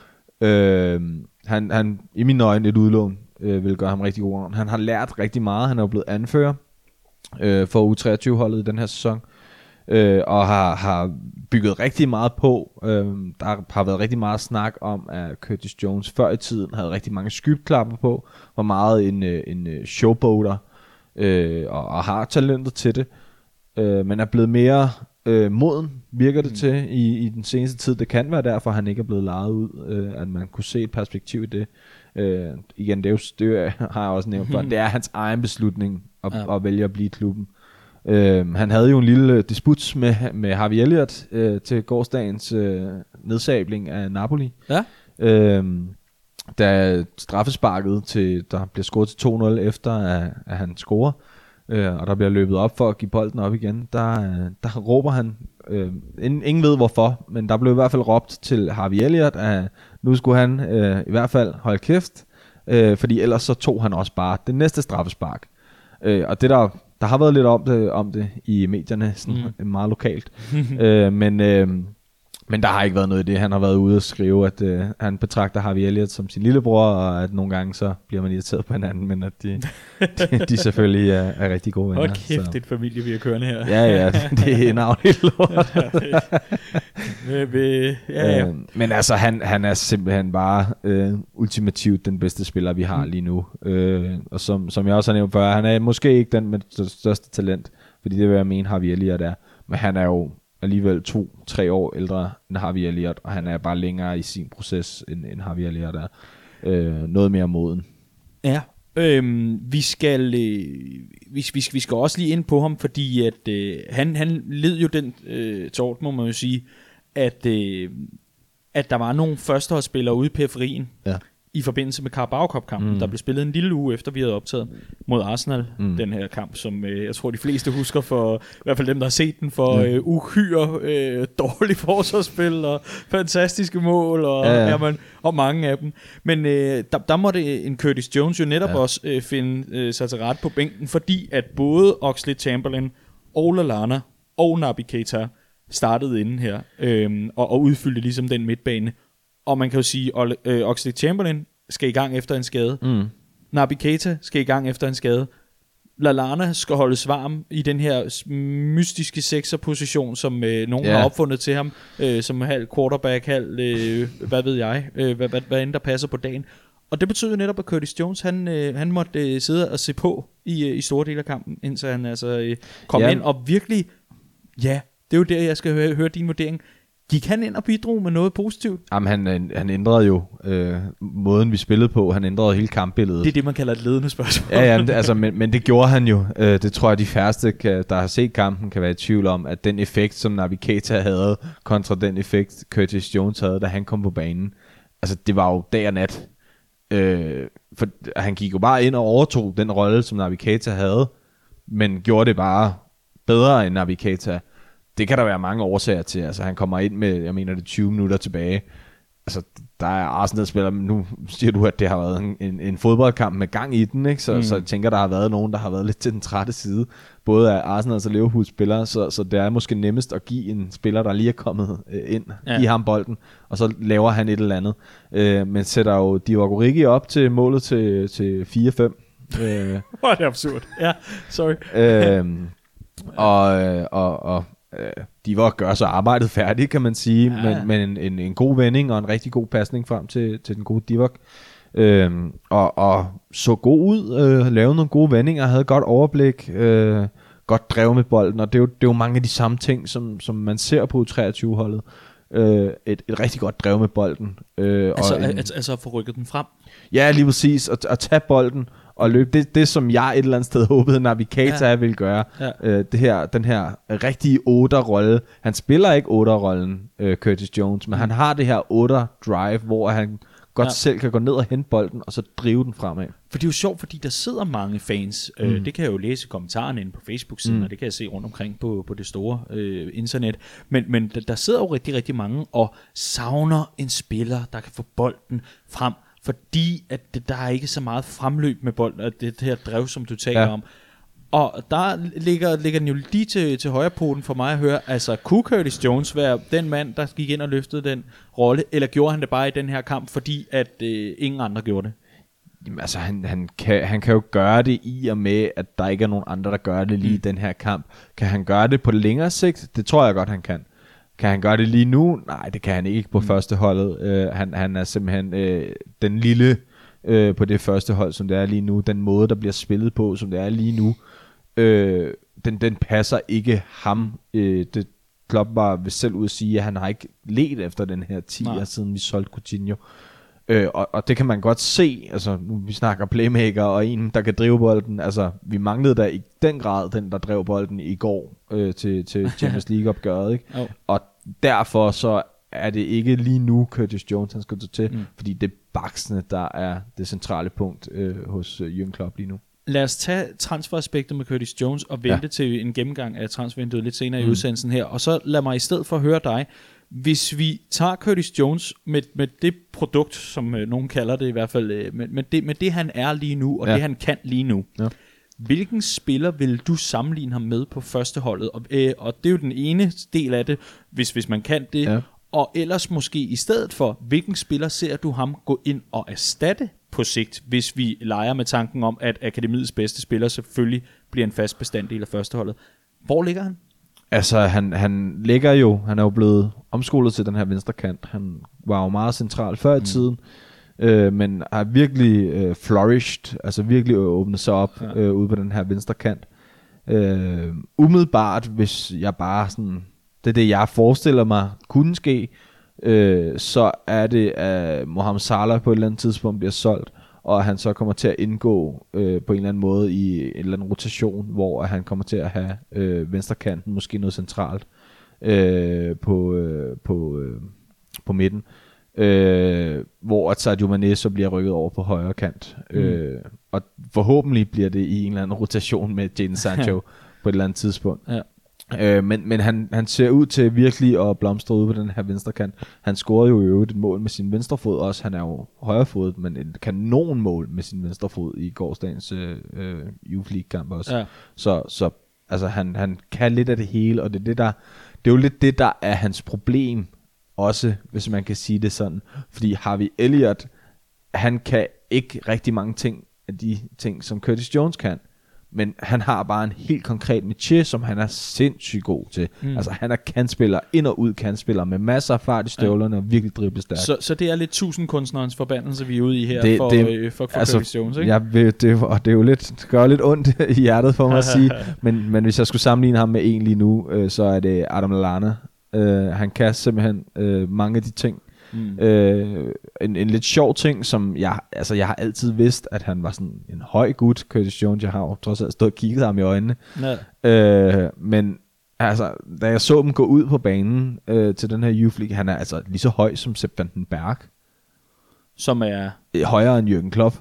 S2: Øh, han, han, i mine øjne, et udlån øh, vil gøre ham rigtig god. Han har lært rigtig meget. Han er jo blevet anfører øh, for U treogtyve-holdet i den her sæson. Øh, og har, har bygget rigtig meget på. Øh, der har været rigtig meget snak om, at Curtis Jones før i tiden havde rigtig mange skybklapper på, var meget en, en showboater, øh, og, og har talentet til det, øh, men er blevet mere øh, moden, virker det mm. til i, i den seneste tid. Det kan være derfor, han ikke er blevet lejet ud, øh, at man kunne se et perspektiv i det. Øh, igen, det, er jo, det har jeg også nævnt før, det er hans egen beslutning at, ja. at vælge at blive i klubben. Uh, han havde jo en lille disput med, med Harvey Elliott uh, til gårsdagens uh, nedsabling af Napoli. Ja. Uh, da straffesparket til, der bliver scoret til to nul efter at, at han scorer, uh, og der bliver løbet op for at give bolden op igen, der, uh, der råber han, uh, ingen, ingen ved hvorfor, men der blev i hvert fald råbt til Harvey Elliott, at nu skulle han uh, i hvert fald holde kæft, uh, fordi ellers så tog han også bare det næste straffespark. Uh, og det der der har været lidt om det, om det i medierne, sådan mm. meget lokalt. øh, men, øh, men der har ikke været noget i det. Han har været ude og skrive, at øh, han betragter Harvey Elliott som sin lillebror, og at nogle gange så bliver man irriteret på hinanden, men at de, de, de selvfølgelig er, er rigtig gode venner.
S1: Hold kæft, det er et familie, vi er kørende her.
S2: Ja, ja, det er en afligt lort.
S1: ja, ja.
S2: Øh, men altså, han, han er simpelthen bare øh, ultimativt den bedste spiller, vi har lige nu. Øh, og som, som jeg også har nævnt før, han er måske ikke den med det største talent, fordi det vil jeg mene, Harvey Elliott er. Men han er jo alligevel to-tre år ældre end Harvey Elliott, og han er bare længere i sin proces, end, end Harvey Elliott er. Øh, noget mere moden.
S1: Ja, øhm, vi skal øh, vi, vi, vi skal også lige ind på ham, fordi at øh, han, han led jo den øh, tort, må man jo sige, at, øh, at der var nogle førsteholdsspillere ude i periferien,
S2: ja.
S1: i forbindelse med Carabao Cup-kampen, mm. der blev spillet en lille uge efter, vi havde optaget mod Arsenal, mm. den her kamp, som øh, jeg tror, de fleste husker for, i hvert fald dem, der har set den, for mm. øh, uhyre øh, dårlige forsvarsspil, og fantastiske mål, og, ja, ja. Jamen, og mange af dem. Men øh, der, der måtte en Curtis Jones jo netop ja. også øh, finde øh, sig til ret på bænken, fordi at både Oxlade-Chamberlain og Lallana og Naby Keita startede inden her, øh, og, og udfyldte ligesom den midtbane. Og man kan jo sige, at øh, Oxlade-Chamberlain skal i gang efter en skade. Mm. Naby Keita skal i gang efter en skade. Lallana skal holdes varm i den her mystiske sekserposition, som øh, nogen yeah. har opfundet til ham, øh, som halv quarterback, halv, øh, hvad ved jeg, øh, hvad, hvad, hvad end der passer på dagen. Og det betyder netop, at Curtis Jones, han, øh, han måtte øh, sidde og se på i, øh, i store dele af kampen, indtil han altså øh, kom yeah. ind og virkelig, ja, det er jo der, jeg skal høre, høre din vurdering. Gik han ind og bidrog med noget positivt?
S2: Jamen, han, han ændrede jo øh, måden, vi spillede på. Han ændrede hele kampbilledet.
S1: Det er det, man kalder et ledende spørgsmål.
S2: ja, ja, altså, men, men det gjorde han jo. Øh, det tror jeg, de færreste, kan, der har set kampen, kan være i tvivl om, at den effekt, som Naby Keita havde, kontra den effekt, Curtis Jones havde, da han kom på banen, altså, det var jo dag og nat. Øh, for han gik jo bare ind og overtog den rolle, som Naby Keita havde, men gjorde det bare bedre end Naby Keita. Det kan der være mange årsager til. Altså, han kommer ind med, jeg mener det, tyve minutter tilbage. Altså, der er Arsenal-spiller, nu siger du, at det har været en, en, en fodboldkamp med gang i den, ikke? Så, mm. så jeg tænker, der har været nogen, der har været lidt til den trætte side. Både af Arsenals og Liverpools spillere, så, så det er måske nemmest at give en spiller, der lige er kommet øh, ind, ja. give ham bolden, og så laver han et eller andet. Øh, men sætter jo Divock Origi op til målet til, til fire fem.
S1: Øh, Hvor er det absurd. Ja, sorry.
S2: øh, og, og, og de var gøre så arbejdet færdigt, kan man sige, ja. men, men en, en, en god vending og en rigtig god pasning frem til, til den gode Divock. Øhm, og, og så god ud, øh, lavede nogle gode vendinger, havde godt overblik, øh, godt drev med bolden, og det er jo, det er jo mange af de samme ting, som, som man ser på U treogtyve-holdet. Øh, et, et rigtig godt drev med bolden. Øh,
S1: altså,
S2: og en,
S1: altså, altså få rykket den frem?
S2: Ja, lige præcis, at, at tage bolden og løbe. Det, det som jeg et eller andet sted håbede, Naby Keita ja. ville gøre. Ja. Øh, det her, den her rigtige otter-rolle. Han spiller ikke otter-rollen, øh, Curtis Jones, men mm. han har det her otter-drive, hvor han godt ja. selv kan gå ned og hente bolden, og så drive den fremad.
S1: For det er jo sjovt, fordi der sidder mange fans, mm. øh, det kan jeg jo læse i kommentarerne inde på Facebook-siden, mm. og det kan jeg se rundt omkring på, på det store øh, internet, men, men der, der sidder jo rigtig, rigtig mange og savner en spiller, der kan få bolden frem, fordi at det, der er ikke så meget fremløb med bolden, og det, det her drev, som du taler ja. om. Og der ligger, ligger den jo lige til, til højre poten for mig at høre, altså kunne Curtis Jones være den mand, der gik ind og løftede den rolle, eller gjorde han det bare i den her kamp, fordi at øh, ingen andre gjorde det?
S2: Jamen, altså han, han, kan, han kan jo gøre det i og med, at der ikke er nogen andre, der gør det lige mm. i den her kamp. Kan han gøre det på længere sigt? Det tror jeg godt, han kan. Kan han gøre det lige nu? Nej, det kan han ikke på mm. første holdet. Uh, han, han er simpelthen uh, den lille uh, på det første hold, som det er lige nu. Den måde, der bliver spillet på, som det er lige nu, uh, den, den passer ikke ham. Uh, det Klopp var ved selv ud at sige, at han har ikke let efter den her tier, siden vi solgte Coutinho. Uh, og, og det kan man godt se. Altså, nu vi snakker playmaker og en, der kan drive bolden. Altså, vi manglede da i den grad den, der drev bolden i går uh, til, til Champions League-opgøret. Ikke? Oh. Og derfor så er det ikke lige nu Curtis Jones, han skal tage til, mm. fordi det er baksene, der er det centrale punkt øh, hos øh, Jürgen Klopp lige nu.
S1: Lad os tage transferaspektet med Curtis Jones og vente ja. til en gennemgang af transfervinduet lidt senere mm. i udsendelsen her, og så lad mig i stedet for høre dig, hvis vi tager Curtis Jones med, med det produkt, som øh, nogen kalder det i hvert fald, øh, med, med, det, med det han er lige nu, og ja. det han kan lige nu, ja. hvilken spiller vil du sammenligne ham med på førsteholdet? Og, øh, og det er jo den ene del af det, hvis, hvis man kan det. Ja. Og ellers måske i stedet for, hvilken spiller ser du ham gå ind og erstatte på sigt, hvis vi leger med tanken om, at akademiets bedste spiller selvfølgelig bliver en fast bestanddel af førsteholdet. Hvor ligger han?
S2: Altså, han, han ligger jo, han er jo blevet omskolet til den her venstre kant. Han var jo meget central før i mm. tiden, øh, men har virkelig øh, flourished, altså virkelig åbnet sig op ja. øh, ude på den her venstre kant. Øh, umiddelbart, hvis jeg bare sådan, det er det, jeg forestiller mig kunne ske, øh, så er det, at Mohamed Salah på et eller andet tidspunkt bliver solgt, og at han så kommer til at indgå øh, på en eller anden måde i en eller anden rotation, hvor han kommer til at have øh, venstrekanten, måske noget centralt øh, på, øh, på, øh, på midten, øh, hvor at Sadio Mane så bliver rykket over på højre kant. Mm. Øh, og forhåbentlig bliver det i en eller anden rotation med Jadon Sancho på et eller andet tidspunkt. Ja. Øh, men men han, han ser ud til virkelig at blomstre ude på den her venstre kant. Han scorede jo i øvrigt et mål med sin venstre fod også. Han er jo højrefodet, men et kanonmål med sin venstre fod i gårsdagens øh, Youth League kamp også. Ja. Så, så altså, han, han kan lidt af det hele, og det er, det, der, det er jo lidt det, der er hans problem også, hvis man kan sige det sådan. Fordi Harvey Elliott, han kan ikke rigtig mange ting af de ting, som Curtis Jones kan. Men han har bare en helt konkret métier, som han er sindssygt god til. Mm. Altså han er kantspiller, ind og ud kantspiller, med masser af fart i støvlerne, ja. Og virkelig driblestærk.
S1: Så, så det er lidt tusindkunstnerens forbandelse, vi er ude i her det, for, det, for, for altså, Curtis Jones, ikke?
S2: Ja, det, og det er jo lidt, det gør lidt ondt i hjertet for mig at sige, men, men hvis jeg skulle sammenligne ham med en lige nu, øh, så er det Adam Lallana. Øh, han kan simpelthen øh, mange af de ting. Mm. Øh, en, en lidt sjov ting, som jeg, altså jeg har altid vidst, at han var sådan en høj gut, Curtis Jones. Jeg har jo trods alt stået og kigget ham i øjnene. Ja. Øh, men altså, da jeg så dem gå ud på banen øh, til den her Youth League, han er altså lige så høj som Sepp van den Berg.
S1: Som er
S2: højere end Jürgen Klopp.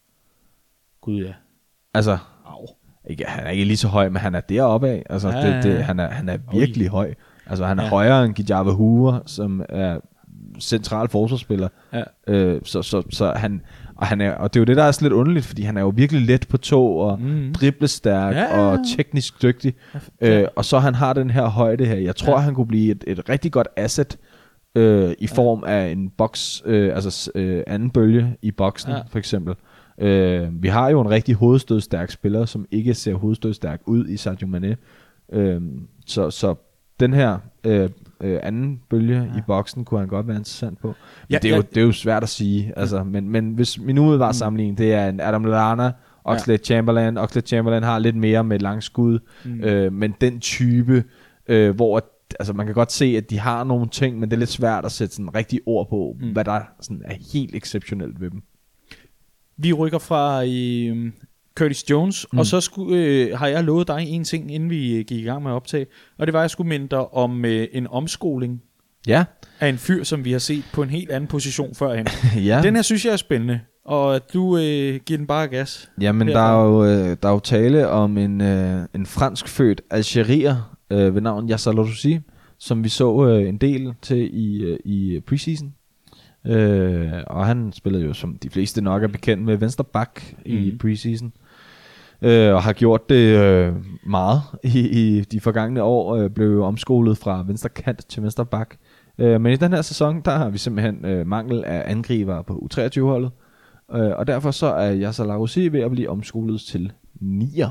S1: Gud ja.
S2: Altså, ikke, han er ikke lige så høj, men han er deroppe af. Altså, ja, det, det, han, er, han er virkelig Oi. høj. Altså, han er ja. højere end Gijave Hoover, som er central forsvarsspiller. Ja. Øh, så, så, så han, og, han er, og det er jo det, der er lidt underligt, fordi han er jo virkelig let på tå, og mm. driblestærk, ja, ja, ja. og teknisk dygtig. Ja. Øh, og så han har den her højde her. Jeg tror, ja. han kunne blive et, et rigtig godt asset, øh, i form af en boks, øh, altså øh, anden bølge i boksen, ja. for eksempel. Øh, vi har jo en rigtig hovedstødstærk spiller, som ikke ser hovedstødstærk ud i Sadio Mane. Øh, så, så den her øh, øh, anden bølge ja. i boksen kunne han godt være interessant på. Men ja, det, er jo, ja. det er jo svært at sige. Altså, men, men hvis min umiddelbare mm. sammenligning, det er en Adam Lallana, Oxlade ja. Chamberlain. Oxlade Chamberlain har lidt mere med et langt skud, mm. øh, men den type, øh, hvor altså, man kan godt se, at de har nogle ting, men det er lidt svært at sætte sådan rigtig ord på, mm. hvad der sådan er helt exceptionelt ved dem.
S1: Vi rykker fra øh, Curtis Jones, mm. og så skulle, øh, har jeg lovet dig en ting, inden vi gik i gang med at optage, og det var, at jeg skulle minde dig om øh, en omskoling
S2: ja.
S1: af en fyr, som vi har set på en helt anden position førhen.
S2: ja.
S1: Den her synes jeg er spændende, og du øh, giver den bare gas.
S2: Jamen, der er, jo, øh, der er jo tale om en, øh, en fransk født algerier øh, ved navn Yasser Louzi, som vi så øh, en del til i, øh, i preseason. Øh, og han spillede jo, som de fleste nok er bekendt med, venstre back mm. i preseason, øh, og har gjort det øh, meget i, i de forgangne år, øh, blev omskolet fra venstre kant til venstre back. Øh, men i den her sæson, der har vi simpelthen øh, mangel af angribere på U treogtyve-holdet, øh, og derfor så er Yasser Louzi ved at blive omskolet til nier.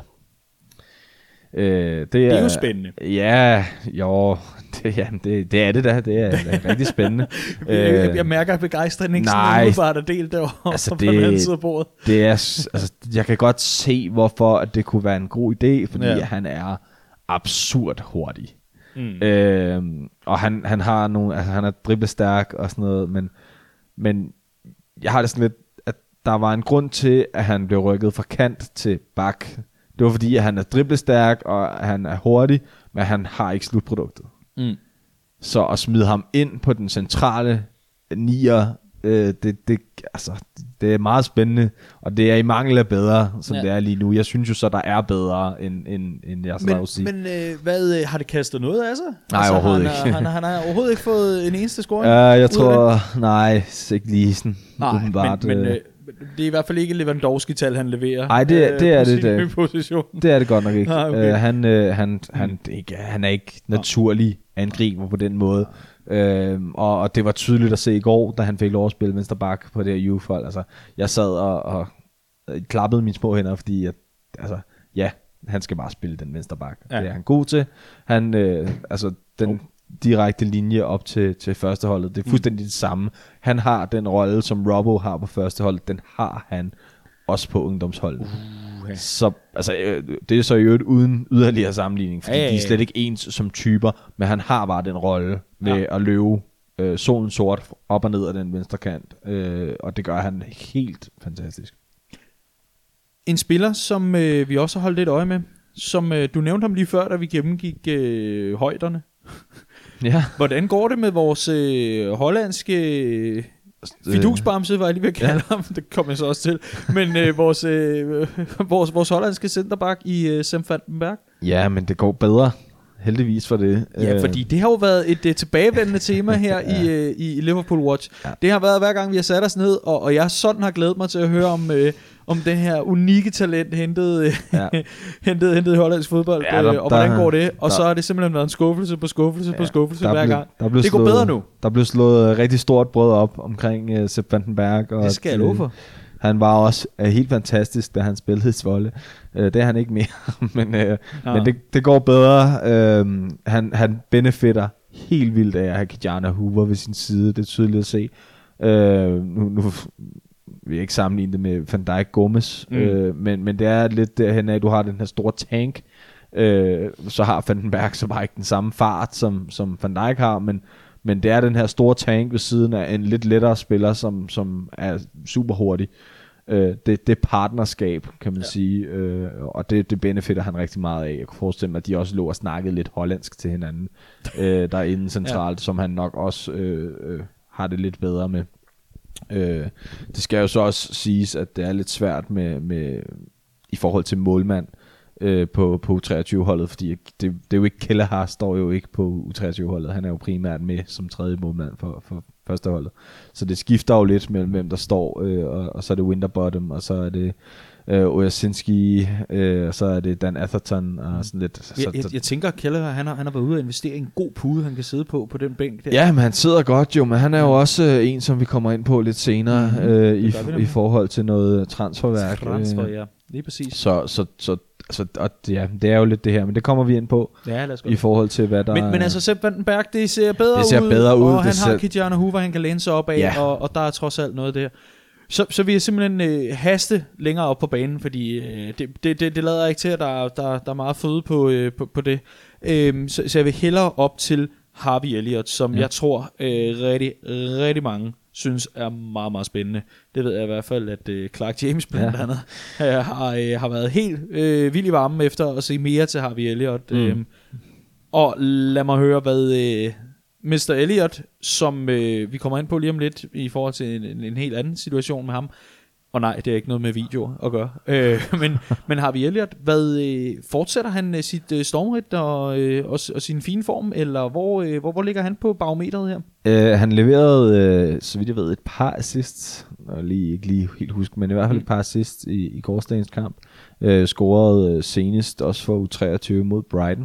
S2: Øh, det,
S1: det er jo spændende.
S2: Ja, jo, det, ja, det, det er det da. Det er, det er rigtig spændende.
S1: jeg, jeg mærker begejstringen sådan umiddelbart at dele derovre altså
S2: på
S1: den anden side af bordet.
S2: Det er, altså, jeg kan godt se, hvorfor at det kunne være en god idé, fordi ja. han er absurd hurtig. Mm. Øh, og han, han har nogle, altså, han er driblestærk og sådan noget, men, men jeg har det sådan lidt, at der var en grund til, at han blev rykket fra kant til bak. Det var fordi, at han er driblestærk, og han er hurtig, men han har ikke slutproduktet. Mm. Så at smide ham ind på den centrale nier, øh, det, det, altså, det er meget spændende, og det er i mangel af bedre, som ja. det er lige nu. Jeg synes jo så, der er bedre, end, end, end jeg skal sige.
S1: Men øh, hvad, øh, har det kastet noget af sig?
S2: Nej, altså, overhovedet
S1: han,
S2: ikke.
S1: Han, han, han har overhovedet ikke fået en eneste scoring?
S2: Ja, jeg tror, nej, ikke lige sådan.
S1: Nej, men, men øh, det er i hvert fald ikke Lewandowski-tal, han leverer.
S2: Nej, det,
S1: øh,
S2: det er det.
S1: det, position.
S2: Det er det godt nok ikke.
S1: Ah, okay.
S2: uh, han, uh, han, han, ikke, han er ikke naturlig angriber på den måde. Uh, og, og det var tydeligt at se i går, da han fik lov at spille venstre bak på det her U-fold. Altså, jeg sad og, og klappede mine små hænder, fordi at, altså, ja, han skal bare spille den venstre bak. Ja. Det er han god til. Han, uh, altså, den... Oh. direkte linje op til, til førsteholdet. Det er fuldstændig mm. det samme. Han har den rolle, som Robbo har på førsteholdet, den har han også på ungdomsholdet. Uh, ja. Så altså, det er så i øvrigt uden yderligere sammenligning, fordi ja, ja, ja. de er slet ikke ens som typer, men han har bare den rolle med ja. at løbe øh, solen sort op og ned af den venstre kant, øh, og det gør han helt fantastisk.
S1: En spiller, som øh, vi også har holdt lidt øje med, som øh, du nævnte ham lige før, da vi gennemgik øh, højderne.
S2: Ja.
S1: Hvordan går det med vores øh, hollandske fidusbamse, var jeg lige ved at kalde ja. ham, det kommer jeg så også til, men øh, vores, øh, vores, vores hollandske centerback i øh, Sam van den Berg?
S2: Ja, men det går bedre, heldigvis for det.
S1: Ja, fordi det har jo været et uh, tilbagevendende tema her ja. i, uh, i Liverpool Watch. Ja. Det har været hver gang vi har sat os ned, og, og jeg sådan har glædet mig til at høre om... Uh, om den her unikke talent hentet ja. hentet hentet i hollandsk fodbold, ja, der, og hvordan der, går det? Og der, så har det simpelthen været en skuffelse på skuffelse ja, på skuffelse hver
S2: blev,
S1: gang. Det
S2: slået,
S1: går bedre nu.
S2: Der blev slået rigtig stort brød op omkring uh, Sepp van den Berg, og
S1: det skal jeg love for.
S2: Han var også uh, helt fantastisk, da han spillede i Zwolle. Uh, det er han ikke mere, men, uh, ja. men det, det går bedre. Uh, han, han benefitter helt vildt af at have Ki-Jana Hoever ved sin side. Det er tydeligt at se. Uh, nu, nu vil jeg ikke sammenligne det med Van Dijk Gomez, mm. øh, men, men det er lidt derhen af, at du har den her store tank, øh, så har Van den Berg så bare ikke den samme fart, som, som Van Dijk har, men, men det er den her store tank ved siden af en lidt lettere spiller, som, som er super hurtig. Øh, det, det er partnerskab, kan man ja. sige, øh, og det, det benefitter han rigtig meget af. Jeg kunne forestille mig, at de også lå og snakkede lidt hollandsk til hinanden, øh, derinde centralt, ja. som han nok også øh, øh, har det lidt bedre med. Øh, det skal jo så også siges, at det er lidt svært med, med i forhold til målmand øh, på, på U treogtyve-holdet, fordi det, det er jo ikke Kelleher, står jo ikke på U treogtyve-holdet. Han er jo primært med som tredje målmand for, for førsteholdet. Så det skifter jo lidt mellem hvem der står, øh, og, og så er det Winterbottom, og så er det øh, Ojasinski, øh, og så er det Dan Atherton og sådan lidt. Så,
S1: jeg, jeg, jeg tænker, at Kelleher, han har, han har været ude og investere i en god pude, han kan sidde på, på den bænk der.
S2: Ja, men han sidder godt jo, men han er jo også øh, en, som vi kommer ind på lidt senere, mm-hmm. øh, i, i forhold til noget transferværk.
S1: Transfer, ja. Lige præcis.
S2: Så, så, så altså, og ja, det er jo lidt det her, men det kommer vi ind på,
S1: ja,
S2: i forhold til, hvad der
S1: men, men altså, Sepp van den Berg, det ser bedre
S2: det ser
S1: ud,
S2: bedre ud,
S1: og han
S2: det
S1: har Ki-Jana Hoever, han kan læne sig op af, ja. og, og der er trods alt noget der. Så, så vil jeg simpelthen øh, haste længere op på banen, fordi øh, det, det, det, det lader ikke til, at der, der, der er meget føde på, øh, på, på det. Øh, så, så jeg vil hellere op til Harvey Elliott, som ja. jeg tror øh, rigtig, rigtig mange synes er meget, meget spændende. Det ved jeg i hvert fald, at øh, Clark James blandt ja. andet øh, har, øh, har været helt øh, vild i varmen efter at se mere til Harvey Elliott. Mm. Øh, og lad mig høre, hvad øh, mister Elliott, som øh, vi kommer ind på lige om lidt, i forhold til en, en, en helt anden situation med ham. Og nej, det er ikke noget med video at gøre. Øh, men, men Harvey Elliott, hvad, øh, fortsætter han øh, sit øh, stormridt og, øh, og, og sin fine form, eller hvor, øh, hvor, hvor ligger han på barometeret her?
S2: Øh, han leverede, øh, så vidt jeg ved, et par assists, og lige, ikke lige helt huske, men i hvert fald et par assists i, i gårsdagens kamp. Øh, scorede øh, senest også for U treogtyve mod Brighton.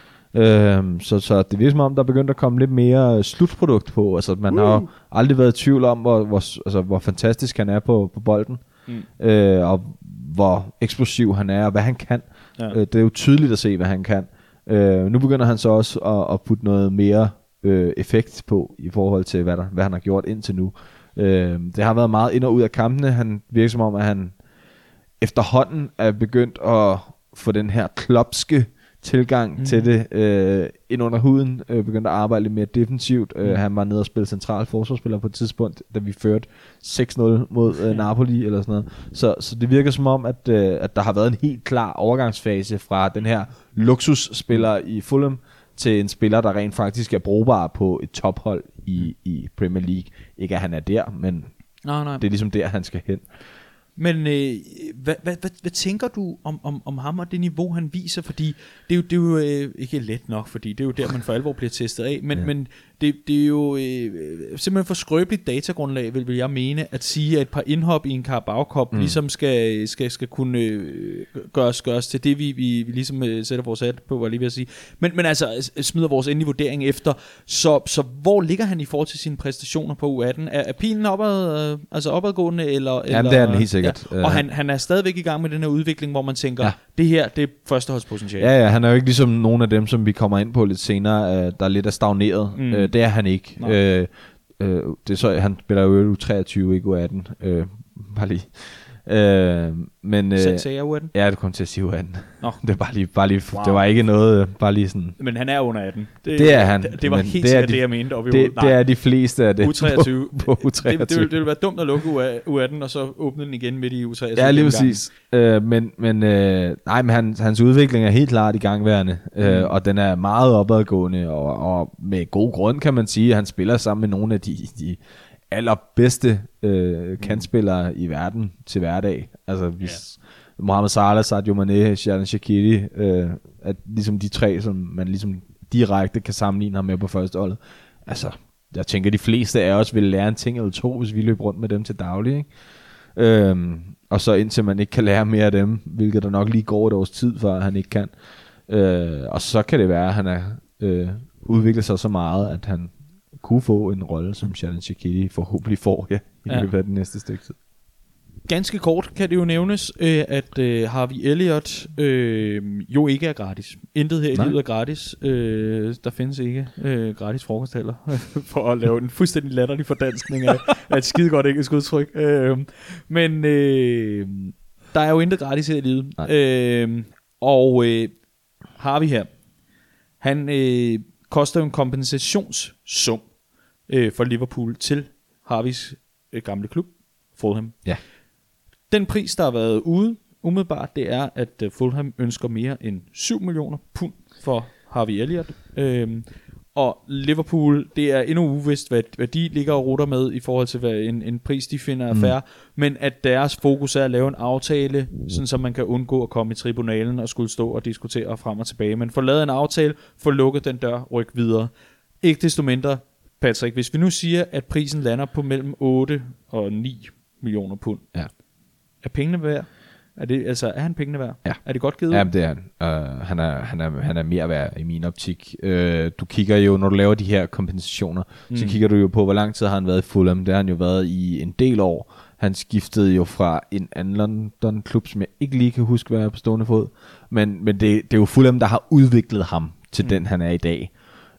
S2: Øhm, så, så det virker som om, der er begyndt at komme lidt mere slutprodukt på. Altså, man uh. har jo aldrig været i tvivl om, hvor, hvor, altså, hvor fantastisk han er på, på bolden, mm. øh, og hvor eksplosiv han er, og hvad han kan. Ja. Øh, det er jo tydeligt at se, hvad han kan. Øh, nu begynder han så også at, at putte noget mere øh, effekt på, i forhold til, hvad, der, hvad han har gjort indtil nu. Øh, det har været meget ind og ud af kampene. Han virker som om, at han efterhånden er begyndt at få den her klopske tilgang mm. til det øh, ind under huden, øh, begyndte at arbejde lidt mere defensivt. Mm. Øh, han var nede og spille central forsvarsspiller på et tidspunkt, da vi førte seks nul mod øh, Napoli eller sådan noget. Så, så det virker som om, at, øh, at der har været en helt klar overgangsfase fra den her luksusspiller i Fulham til en spiller, der rent faktisk er brugbar på et tophold i, i Premier League. Ikke at han er der, men
S1: nej, nej.
S2: det er ligesom der, han skal hen.
S1: Men øh, hvad, hvad, hvad, hvad tænker du om, om, om ham og det niveau, han viser? Fordi det er jo, det er jo øh, ikke let nok, fordi det er jo der, man for alvor bliver testet af. Men, ja. men det, det er jo øh, simpelthen for skrøbeligt datagrundlag, vil, vil jeg mene, at sige, at et par indhop i en Carabao Cup mm. ligesom skal, skal, skal kunne øh, gøres, gøres til det, vi, vi, vi ligesom øh, sætter vores hat på, var lige ved at sige. Men, men altså, smider vores endelige vurdering efter. Så, så hvor ligger han i forhold til sine præstationer på U atten? Er, er pilen opad, øh, altså opadgående? Eller,
S2: ja,
S1: eller,
S2: det er den helt sikkert.
S1: Ja. Og han, han er stadigvæk i gang med den her udvikling, hvor man tænker, ja. det her, det er førsteholdspotentiale.
S2: Ja, ja, han er jo ikke ligesom nogen af dem, som vi kommer ind på lidt senere, øh, der lidt er stagneret. Mm. Øh, det er han ikke. Øh, øh, det er så, han spiller jo U treogtyve, ikke U atten. Øh, bare lige. Øh, men øh,
S1: Sagde jeg U atten?
S2: Ja, det kom til at sige U atten.
S1: Nå.
S2: Det var bare lige, bare lige
S1: wow.
S2: Det var ikke noget, bare lige sådan.
S1: Men han er under atten. Det,
S2: det er han.
S1: Det, det var helt
S2: det
S1: sikkert
S2: de,
S1: det, jeg mente.
S2: Det, det er de fleste af det.
S1: U treogtyve.
S2: På, på U treogtyve.
S1: Det, det, ville, det ville være dumt at lukke U atten, og så åbne den igen midt i U treogtyve.
S2: Ja, lige præcis. Øh, men men, øh, nej, men han, hans udvikling er helt klart i gangværende, mm. øh, og den er meget opadgående, og, og med god grund kan man sige, at han spiller sammen med nogle af de... de allerbedste øh, kantspillere i verden til hverdag. Altså hvis yeah. Mohamed Salah, Sadio Mane, Xherdan Shaqiri, øh, at ligesom de tre, som man ligesom direkte kan sammenligne ham med på første holdet. Altså, jeg tænker, de fleste af os vil lære en ting eller to, hvis vi løber rundt med dem til daglig, ikke? Øhm, og så indtil man ikke kan lære mere af dem, hvilket der nok lige går et års tid, før han ikke kan. Øh, og så kan det være, at han er øh, udviklet sig så meget, at han kunne få en rolle, som Xherdan Shaqiri forhåbentlig får ja, i løbet ja. af den næste stykke tid.
S1: Ganske kort kan det jo nævnes, øh, at øh, Harvey Elliott øh, jo ikke er gratis. Intet her i livet er gratis. Øh, der findes ikke øh, gratis frokost heller, for at lave en fuldstændig latterlig fordanskning af, af et skide godt engelsk udtryk. Øh, men øh, der er jo intet gratis her i livet. Øh, og øh, Harvey her, han øh, koster jo en kompensationssum øh, for Liverpool til Harveys øh, gamle klub, Fulham.
S2: Ja.
S1: Den pris, der har været ude umiddelbart, det er, at uh, Fulham ønsker mere end syv millioner pund for Harvey Elliott. Øhm, og Liverpool, det er endnu uvist, hvad, hvad de ligger og rutter med i forhold til, hvad en, en pris, de finder er fair. Mm. Men at deres fokus er at lave en aftale, sådan så man kan undgå at komme i tribunalen og skulle stå og diskutere frem og tilbage. Men få lavet en aftale, få lukket den dør, ryk videre. Ikke desto mindre, Patrick, hvis vi nu siger, at prisen lander på mellem otte og ni millioner pund,
S2: ja.
S1: er pengene værd? Er, det, altså, er han pengene værd?
S2: Ja.
S1: Er det godt givet?
S2: Ja, det er han. Uh, han, er, han, er, han er mere værd i min optik. Uh, du kigger jo, når du laver de her kompensationer, mm. så kigger du jo på, hvor lang tid har han været i Fulham. Det har han jo været i en del år. Han skiftede jo fra en anden London-klub, som jeg ikke lige kan huske, hvad er på stående fod. Men, men det, det er jo Fulham, der har udviklet ham til mm. den, han er i dag.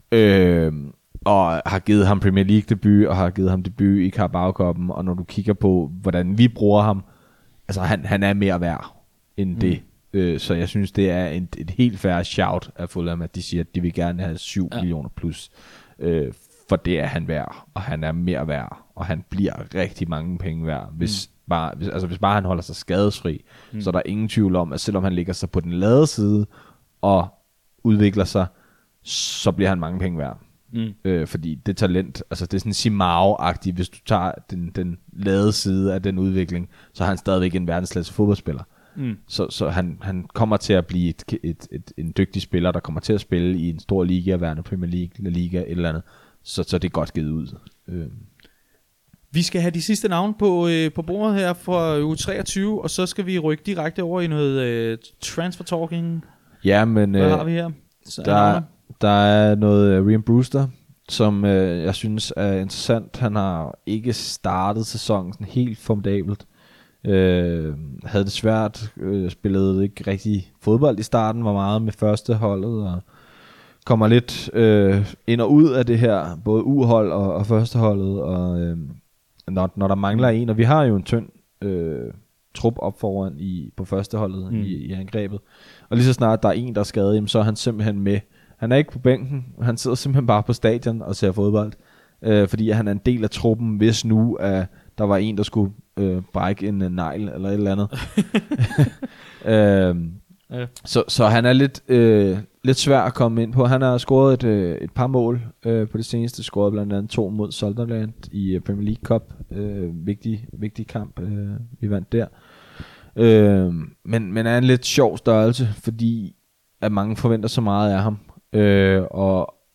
S2: Uh, og har givet ham Premier League debut, og har givet ham debut i Carabao Cup'en. Og når du kigger på, hvordan vi bruger ham, altså han, han er mere værd end mm. det. Øh, så jeg synes, det er et, et helt fair shout af Fulham, at de siger, at de vil gerne have syv ja. millioner plus. Øh, for det er han værd, og han er mere værd, og han bliver rigtig mange penge værd. Hvis, mm. bare, hvis, altså, hvis bare han holder sig skadesfri, mm. så er der ingen tvivl om, at selvom han ligger sig på den lade side, og udvikler sig, så bliver han mange penge værd. Mm. Øh, fordi det talent, altså det er sådan Simao-agtigt, hvis du tager den, den lade side af den udvikling, så er han stadigvæk en verdensklasse fodboldspiller. Mm. Så, så han, han kommer til at blive et, et, et, en dygtig spiller, der kommer til at spille i en stor liga, værende Premier League, La Liga, et eller andet. Så, så det er godt givet ud. Øh.
S1: Vi skal have de sidste navne på, øh, på bordet her fra U treogtyve, og så skal vi rykke direkte over i noget øh, transfer talking.
S2: Ja, men
S1: hvad
S2: øh,
S1: har vi her? Så
S2: der er Der er noget uh, Ryan Brewster, som uh, jeg synes er interessant. Han har ikke startet sæsonen sådan helt formidabelt. Uh, havde det svært, uh, spillede ikke rigtig fodbold i starten, var meget med første holdet, og kommer lidt uh, ind og ud af det her, både U-hold og, og første holdet, og uh, når, når der mangler en, og vi har jo en tynd uh, trup op foran i, på første holdet mm. i, i angrebet, og lige så snart der er en, der er skadet, jamen, så er han simpelthen med. Han er ikke på bænken, han sidder simpelthen bare på stadion og ser fodbold, øh, fordi han er en del af truppen, hvis nu at der var en, der skulle øh, brække en uh, negl eller et eller andet. øh, ja. så, så han er lidt, øh, lidt svær at komme ind på. Han har scoret et, øh, et par mål øh, på det seneste, scoret blandt andet to mod Sunderland i Premier League Cup. Øh, vigtig, vigtig kamp, øh, vi vandt der. Øh, men, men er en lidt sjov størrelse, fordi at mange forventer så meget af ham. Øh, og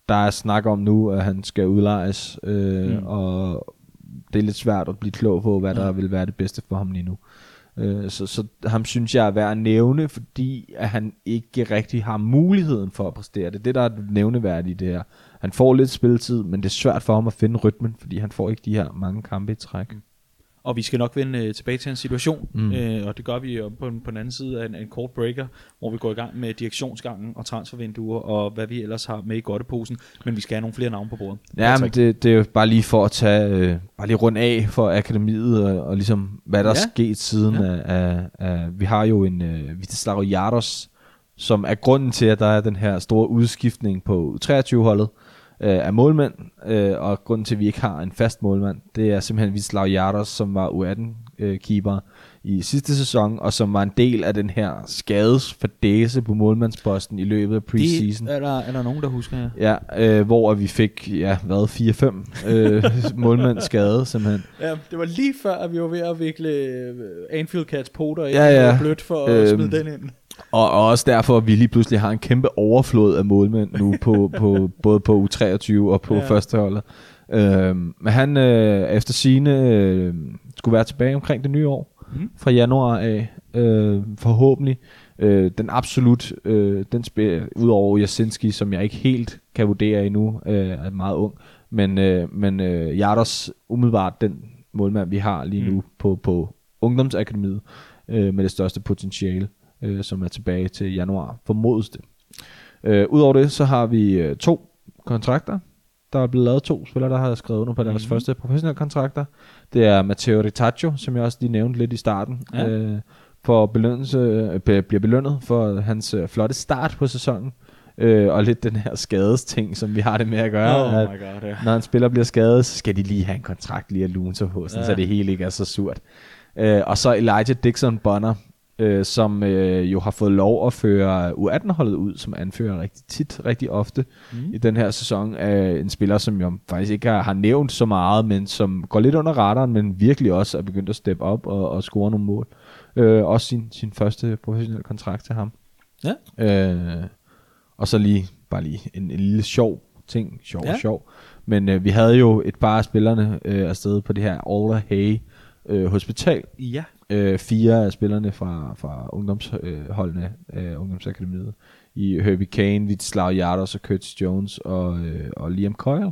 S2: der er snak om nu, at han skal udlejes, øh, mm. og det er lidt svært at blive klog på, hvad der ja. vil være det bedste for ham lige nu. Øh, så, så ham synes jeg er værd at nævne, fordi at han ikke rigtig har muligheden for at præstere. Det er det, der er nævneværdigt i det her. Han får lidt spilletid, men det er svært for ham at finde rytmen, fordi han får ikke de her mange kampe i træk. Mm.
S1: Og vi skal nok vende øh, tilbage til en situation, mm. øh, og det gør vi jo på, på den anden side af en, en kort breaker, hvor vi går i gang med direktionsgangen og transfervinduer, og hvad vi ellers har med i godteposen, men vi skal have nogle flere navne på bordet.
S2: Ja, men det, det er jo bare lige for at tage, øh, bare lige rundt af for akademiet, og, og ligesom, hvad der ja. er sket siden ja. af, af, af, vi har jo en øh, Vítězslav Járos, som er grunden til, at der er den her store udskiftning på U treogtyve-holdet, af målmænd, øh, og grunden til, at vi ikke har en fast målmand, det er simpelthen Vítězslav Járos, som var U atten-keeper øh, i sidste sæson, og som var en del af den her skadesfordæse på målmandsposten i løbet af preseason.
S1: Det er der, er der nogen, der husker, ja.
S2: Ja, øh, hvor vi fik, ja, hvad, fire fem øh, målmænd skade, simpelthen.
S1: Ja, det var lige før, at vi var ved at vikle Anfield Cats poter ind,
S2: ja, ja.
S1: og blødt for at øh, smide den ind.
S2: Og, og også derfor, at vi lige pludselig har en kæmpe overflod af målmænd nu, på, på, både på U treogtyve og på ja. førsteholdet. Øhm, men han øh, efter sigende øh, skulle være tilbage omkring det nye år, mm. fra januar af, øh, forhåbentlig. Øh, den absolut, øh, den spil, udover Jasinski, som jeg ikke helt kan vurdere endnu, øh, er meget ung, men, øh, men øh, Járos umiddelbart den målmand, vi har lige nu mm. på, på ungdomsakademiet, øh, med det største potentiale. Øh, som er tilbage til januar, formodes det. Øh, Udover det, så har vi øh, to kontrakter. Der er blevet lavet to spillere, der har skrevet under på deres mm-hmm. første professionelle kontrakter. Det er Matteo Retaccio, som jeg også lige nævnte lidt i starten, ja. øh, for belønnelse, øh, bliver belønnet for hans øh, flotte start på sæsonen. Øh, og lidt den her skadesting, som vi har det med at gøre.
S1: Oh
S2: at
S1: my God, yeah.
S2: Når en spiller bliver skadet, så skal de lige have en kontrakt lige at lune sig på, sådan, ja. så det hele ikke er så surt. Øh, og så Elijah Dixon Bonner, Øh, som øh, jo har fået lov at føre U atten-holdet ud, som anfører rigtig tit, rigtig ofte mm. i den her sæson, af en spiller, som jeg faktisk ikke har, har nævnt så meget, men som går lidt under radaren, men virkelig også er begyndt at steppe op og, og score nogle mål. Øh, også sin, sin første professionelle kontrakt til ham.
S1: Ja.
S2: Øh, og så lige, bare lige en, en lille sjov ting, sjov
S1: ja.
S2: og sjov, men øh, vi havde jo et par af spillerne øh, afsted på det her Alder Hay øh, hospital.
S1: Ja.
S2: Øh, fire af spillerne fra, fra ungdomsholdene, øh, ungdomsakademiet, i Herbie Kane, Vítězslav Járos og Curtis Jones og, øh, og Liam Coyle,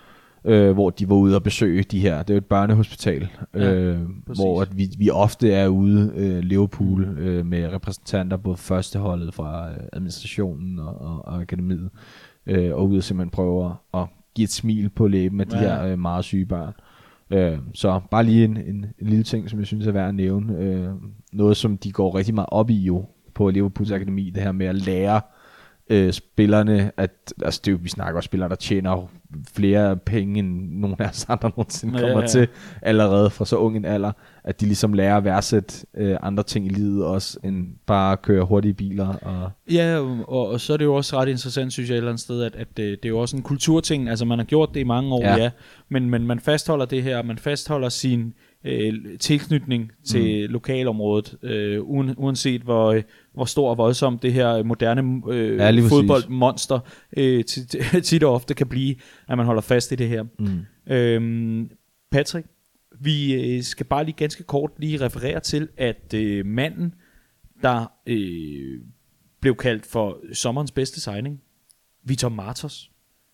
S2: øh, hvor de var ude og besøge de her. Det er jo et børnehospital, ja, øh, hvor at vi, vi ofte er ude, øh, Liverpool, øh, med repræsentanter på førsteholdet fra øh, administrationen og, og, og akademiet, øh, og ude simpelthen prøver at give et smil på læben med de ja. her øh, meget syge børn. Øh, så bare lige en, en, en lille ting, som jeg synes er værd at nævne. Øh, noget, som de går rigtig meget op i jo på Liverpools akademi, det her med at lære øh, spillerne, at altså det er jo, vi snakker også spillere, der tjener flere penge, end nogen af os andre nogensinde kommer ja, ja. til, allerede fra så ung en alder, at de ligesom lærer at værdsætte øh, andre ting i livet også, end bare at køre hurtige biler. Og
S1: ja, og, og så er det jo også ret interessant, synes jeg, et eller andet sted, at, at det, det er jo også en kulturting, altså man har gjort det i mange år, ja, ja men, men man fastholder det her, man fastholder sin øh, tilknytning til mm. lokalområdet, øh, uanset hvor, øh, hvor stor og voldsomt det her moderne øh, ja, fodboldmonster øh, tit og ofte kan blive, at man holder fast i det her. Mm. Øhm, Patrick, vi øh, skal bare lige ganske kort lige referere til, at øh, manden, der øh, blev kaldt for sommerens bedste signing, Vitor Martos,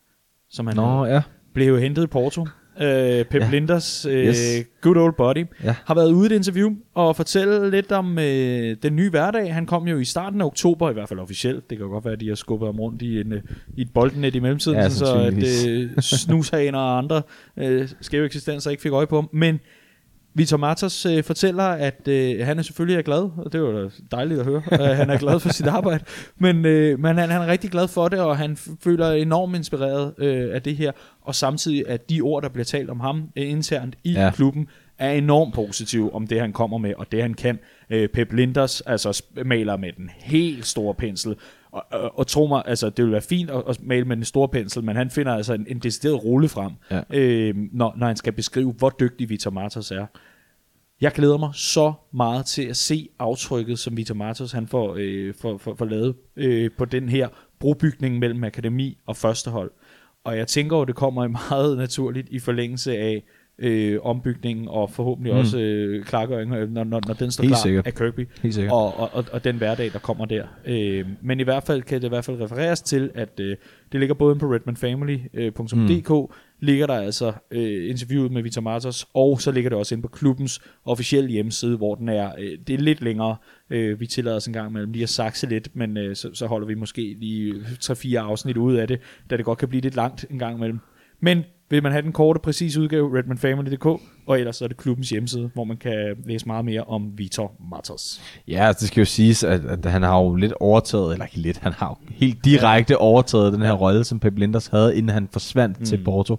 S1: som han
S2: Nå, ja.
S1: blev hentet i Porto. Uh, Pep ja. Linders uh, yes. good old buddy
S2: ja.
S1: har været ude i et interview og fortælle lidt om uh, den nye hverdag. Han kom jo i starten af oktober, i hvert fald officielt. Det kan jo godt være, at de har skubbet ham rundt i, en, uh, i et boldnet i mellemtiden, ja, så at uh, snushaner og andre uh, skæve eksistenser ikke fik øje på ham. Men Vitor Martos uh, fortæller, at uh, han er selvfølgelig er glad, og det var da dejligt at høre, at han er glad for sit arbejde, men, uh, men han, han er rigtig glad for det, og han f- føler enormt inspireret uh, af det her, og samtidig at de ord, der bliver talt om ham uh, internt i ja. klubben, er enormt positive om det, han kommer med, og det, han kan. Uh, Pep Linders altså maler med den helt store pensel, og, og, og tro mig, altså, det vil være fint at, at male med den store pensel, men han finder altså en, en decideret rulle frem, ja. øh, når, når han skal beskrive, hvor dygtig Vitor Martos er. Jeg glæder mig så meget til at se aftrykket, som Vitor Martos han får, øh, for, for, for lavet øh, på den her brobygning mellem akademi og førstehold. og jeg tænker jo, det kommer meget naturligt i forlængelse af øh, ombygningen, og forhåbentlig mm. også øh, klargøring, når, når, når den står
S2: Helt
S1: klar
S2: sikkert.
S1: af Kirkby,
S2: Helt sikkert.
S1: og, og, og, og den hverdag, der kommer der. Øh, men i hvert fald kan det i hvert fald refereres til, at øh, det ligger både på redman family punktum d k, mm. ligger der altså øh, interviewet med Vitor Martos, og så ligger det også inde på klubbens officielle hjemmeside, hvor den er, øh, det er lidt længere. Øh, vi tillader os en gang mellem lige at sakse lidt, men øh, så, så holder vi måske lige tre fire afsnit ud af det, da det godt kan blive lidt langt en gang imellem. Men vil man have den korte, præcise udgave, redman family punktum d k, og ellers så er det klubbens hjemmeside, hvor man kan læse meget mere om Vitor Martos.
S2: Ja, det skal jo siges, at, at han har jo lidt overtaget, eller ikke lidt, han har jo helt direkte ja. overtaget den her ja. rolle, som Pep Lijnders havde, inden han forsvandt mm. til Porto.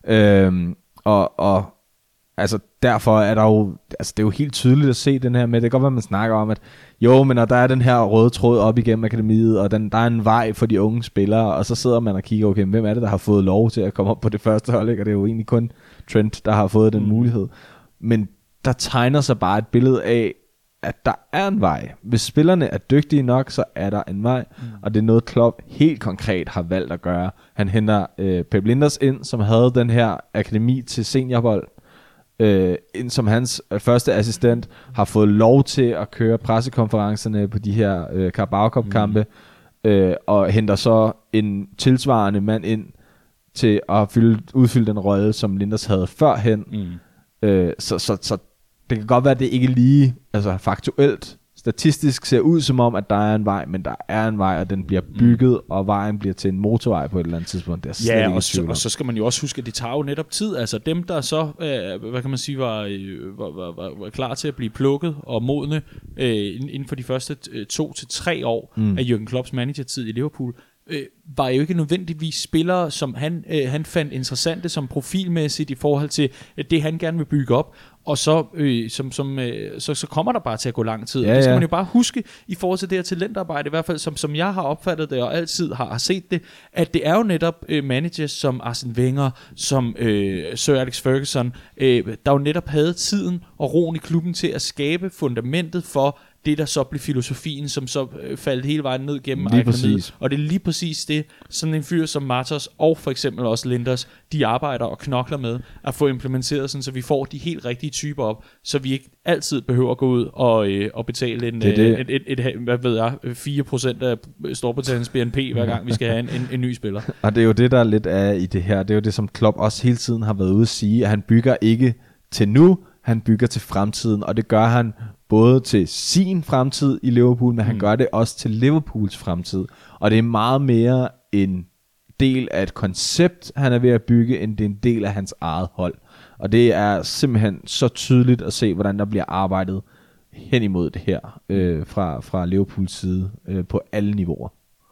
S2: Øhm, og, og altså derfor er der jo, altså det er jo helt tydeligt at se den her med, det kan godt være, man snakker om, at jo, men når der er den her røde tråd op igennem akademiet, og den, der er en vej for de unge spillere, og så sidder man og kigger, okay, hvem er det, der har fået lov til at komme op på det første hold, ikke? Og det er jo egentlig kun Trent, der har fået den mm. mulighed. Men der tegner sig bare et billede af, at der er en vej. Hvis spillerne er dygtige nok, så er der en vej, mm. og det er noget Klopp helt konkret har valgt at gøre. Han henter øh, Pep Lijnders ind, som havde den her akademi til seniorbold, øh, ind som hans øh, første assistent, har fået lov til at køre pressekonferencerne på de her øh, Carabao Cup kampe, mm. øh, og henter så en tilsvarende mand ind til at fylde, udfylde den rolle, som Lijnders havde førhen. Mm. Øh, så, så, så det kan godt være, at det ikke lige, altså faktuelt, statistisk ser ud som om, at der er en vej, men der er en vej, og den bliver bygget, mm. og vejen bliver til en motorvej på et eller andet tidspunkt. Det er slet
S1: ja,
S2: ikke
S1: og så, og så skal man jo også huske, at det tager jo netop tid. Altså dem, der så, øh, hvad kan man sige, var, øh, var, var, var, var klar til at blive plukket og modne øh, inden for de første øh, to til tre år mm. af Jürgen Klopps managertid i Liverpool, øh, var jo ikke nødvendigvis spillere, som han, øh, han fandt interessante som profilmæssigt i forhold til det, han gerne vil bygge op. Og så, øh, som, som, øh, så, så kommer der bare til at gå lang tid. Ja, det skal ja. man jo bare huske i forhold til det her talentarbejde, i hvert fald som, som jeg har opfattet det, og altid har, har set det, at det er jo netop øh, managers som Arsene Wenger, som øh, Sir Alex Ferguson, øh, der jo netop havde tiden og roen i klubben til at skabe fundamentet for det, der så blev filosofien, som så øh, faldt hele vejen ned gennem akademiet. Og det er lige præcis det, sådan en fyr som Martos og for eksempel også Lijnders, de arbejder og knokler med at få implementeret, sådan, så vi får de helt rigtige typer op, så vi ikke altid behøver at gå ud og, øh, og betale en, det det. Øh, et, et, et, et, hvad ved jeg, fire procent af Storbritanniens B N P, hver gang vi skal have en, en, en ny spiller.
S2: Og det er jo det, der er lidt af i det her. Det er jo det, som Klopp også hele tiden har været ude at sige, at han bygger ikke til nu, han bygger til fremtiden, og det gør han både til sin fremtid i Liverpool, men mm. han gør det også til Liverpools fremtid. Og det er meget mere en del af et koncept, han er ved at bygge, end det er en del af hans eget hold. Og det er simpelthen så tydeligt at se, hvordan der bliver arbejdet hen imod det her, øh, fra, fra Liverpools side, øh, på alle niveauer.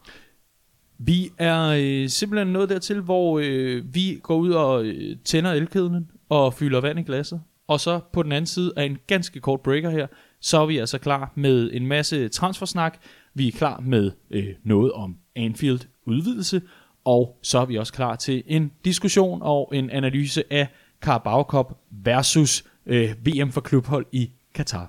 S1: Vi er øh, simpelthen nået dertil, hvor øh, vi går ud og øh, tænder elkedlen og fylder vand i glasset. Og så på den anden side af en ganske kort breaker her, så er vi altså klar med en masse transfersnak. Vi er klar med øh, noget om Anfield udvidelse, og så er vi også klar til en diskussion og en analyse af Carabao Cup versus øh, V M for klubhold i Katar.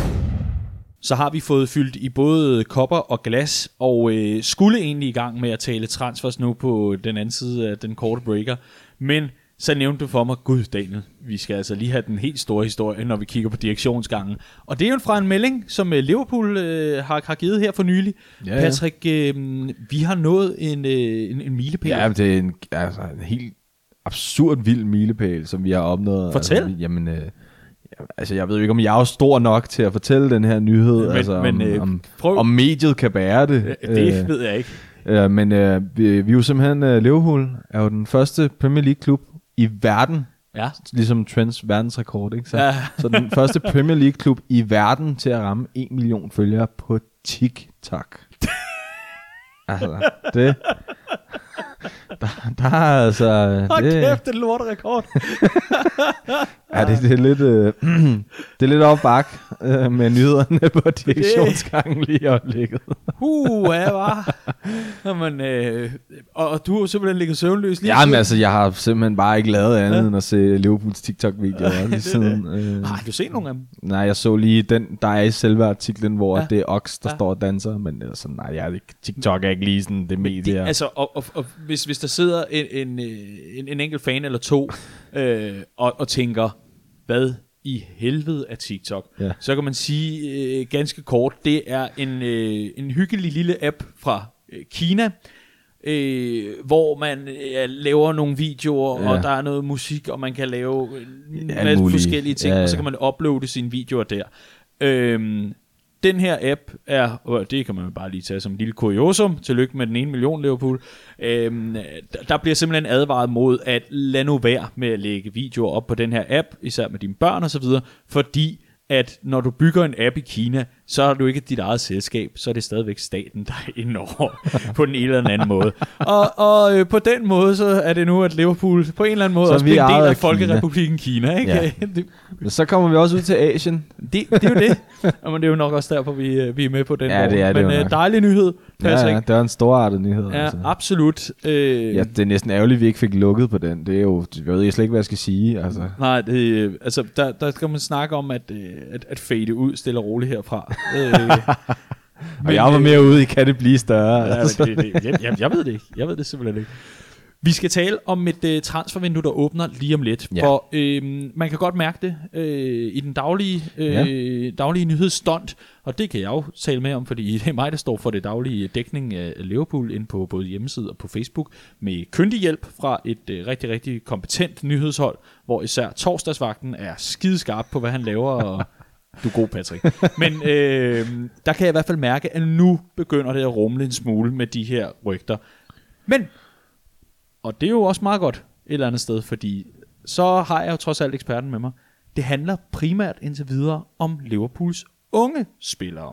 S1: Så har vi fået fyldt i både kopper og glas, og øh, skulle egentlig i gang med at tale transfers nu på den anden side af den korte breaker, men så nævnte du for mig, gud Daniel, vi skal altså lige have den helt store historie, når vi kigger på direktionsgangen. Og det er jo fra en melding, som Liverpool øh, har, har givet her for nylig. Ja, ja. Patrick, øh, vi har nået en, øh, en, en milepæl.
S2: Ja, det er en, altså, en helt absurd vild milepæl, som vi har opnået.
S1: Fortæl.
S2: Altså, jamen, øh, altså, jeg ved jo ikke, om jeg er stor nok til at fortælle den her nyhed, men, altså, men, om, øh, om, om mediet kan bære det.
S1: Det øh, ved jeg ikke.
S2: Øh, men øh, vi, vi er jo simpelthen, øh, Liverpool er jo den første Premier League-klub i verden, ja. Ligesom Trents verdensrekord, ikke? Så, ja. Så den første Premier League klub i verden til at ramme en million følgere på TikTok. Altså, det der, der er altså
S1: Hold
S2: det,
S1: kæft, det er lorterekord.
S2: Ja, det, det er lidt, øh, det er lidt op bak øh, med nyhederne på direktionsgangen lige i øjeblikket.
S1: Uh, hvad var? Jamen, øh, og, og du har simpelthen ligget søvnløs lige
S2: Jamen altså, jeg har simpelthen bare ikke lavet andet ja. end at se Liverpools TikTok-videoer.
S1: Ja,
S2: lige siden, øh,
S1: har du set nogle af dem?
S2: Nej, jeg så lige den, der er i selve artiklen, hvor ja. det er Ox, der ja. står og danser. Men altså, nej, jeg er ikke, TikTok er ikke lige sådan det medie.
S1: Det, altså, og, og, og hvis, hvis der sidder en, en, en, en enkelt fan eller to øh, og, og tænker, hvad i helvede af TikTok, ja. så kan man sige øh, ganske kort, det er en, øh, en hyggelig lille app fra øh, Kina, øh, hvor man øh, laver nogle videoer, ja. og der er noget musik, og man kan lave en ja, masse mulige. forskellige ting, ja, ja. og så kan man uploade sine videoer der. Øh, Den her app er, og det kan man bare lige tage som en lille kuriosum, tillykke med den ene million Liverpool, øhm, der bliver simpelthen advaret mod at lade nu være med at lægge videoer op på den her app, især med dine børn og så videre, fordi at når du bygger en app i Kina, så er du ikke dit eget selskab, så er det stadigvæk staten, der er inde over på den ene eller den anden måde. Og, og øh, på den måde, så er det nu, at Liverpool på en eller anden måde så også bliver en del af Folkerepublikken Kina. Kina, ikke?
S2: Ja. det, så kommer vi også ud til Asien.
S1: Det, det er jo det. Men det er jo nok også derfor, vi, vi er med på den
S2: ja, det er
S1: Men
S2: det
S1: øh, dejlig nyhed, Patrick.
S2: Ja, ja, det er en storartet nyhed.
S1: Ja, altså. absolut. Øh,
S2: ja, det er næsten ærgerligt, at vi ikke fik lukket på den. Det er jo, jeg ved jeg slet ikke, hvad jeg skal sige. Altså.
S1: Nej, det, altså, der, der skal man snakke om at, at, at fade ud stille og roligt herfra. øh,
S2: og men, jeg var mere ude i, kan det blive større?
S1: Ja, altså. det, det, jeg, jeg, jeg ved det ikke. Jeg ved det simpelthen ikke. Vi skal tale om et uh, transfervindue, der åbner lige om lidt. Ja. For øh, man kan godt mærke det øh, i den daglige, øh, ja. daglige nyhedsstund, og det kan jeg jo tale med om, fordi det er mig, der står for det daglige dækning af Liverpool inde på både hjemmeside og på Facebook, med kyndig hjælp fra et øh, rigtig, rigtig kompetent nyhedshold, hvor især torsdagsvagten er skideskarp på, hvad han laver, og du er god, Patrick. Men øh, der kan jeg i hvert fald mærke, at nu begynder det at rumle en smule med de her rygter. Men og det er jo også meget godt et eller andet sted, fordi så har jeg jo trods alt eksperten med mig. Det handler primært indtil videre om Liverpools unge spillere.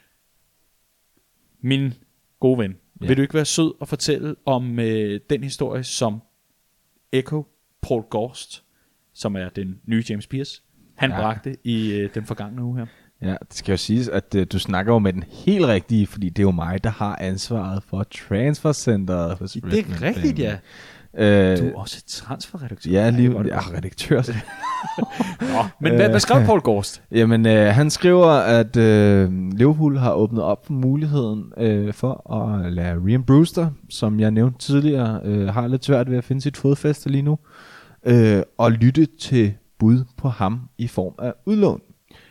S1: Min gode ven, ja. vil du ikke være sød og fortælle om øh, den historie, som Echo Paul Gorst, som er den nye James Pearce, han ja. bragte i øh, den forgangne uge her?
S2: Ja, det skal jo siges, at uh, du snakker jo med den helt rigtige, fordi det er jo mig, der har ansvaret for transfercenteret hos
S1: Det er rigtigt, ja.
S2: Øh,
S1: du er også transferredaktør.
S2: Ja, lige jeg er redaktør.
S1: Nå, men hvad, hvad skrev Paul Gorst?
S2: Jamen, øh, han skriver, at øh, Liverpool har åbnet op for muligheden øh, for at lade Ryan Brewster, som jeg nævnte tidligere, øh, har lidt svært ved at finde sit fodfæste lige nu, øh, og lytte til bud på ham i form af udlån.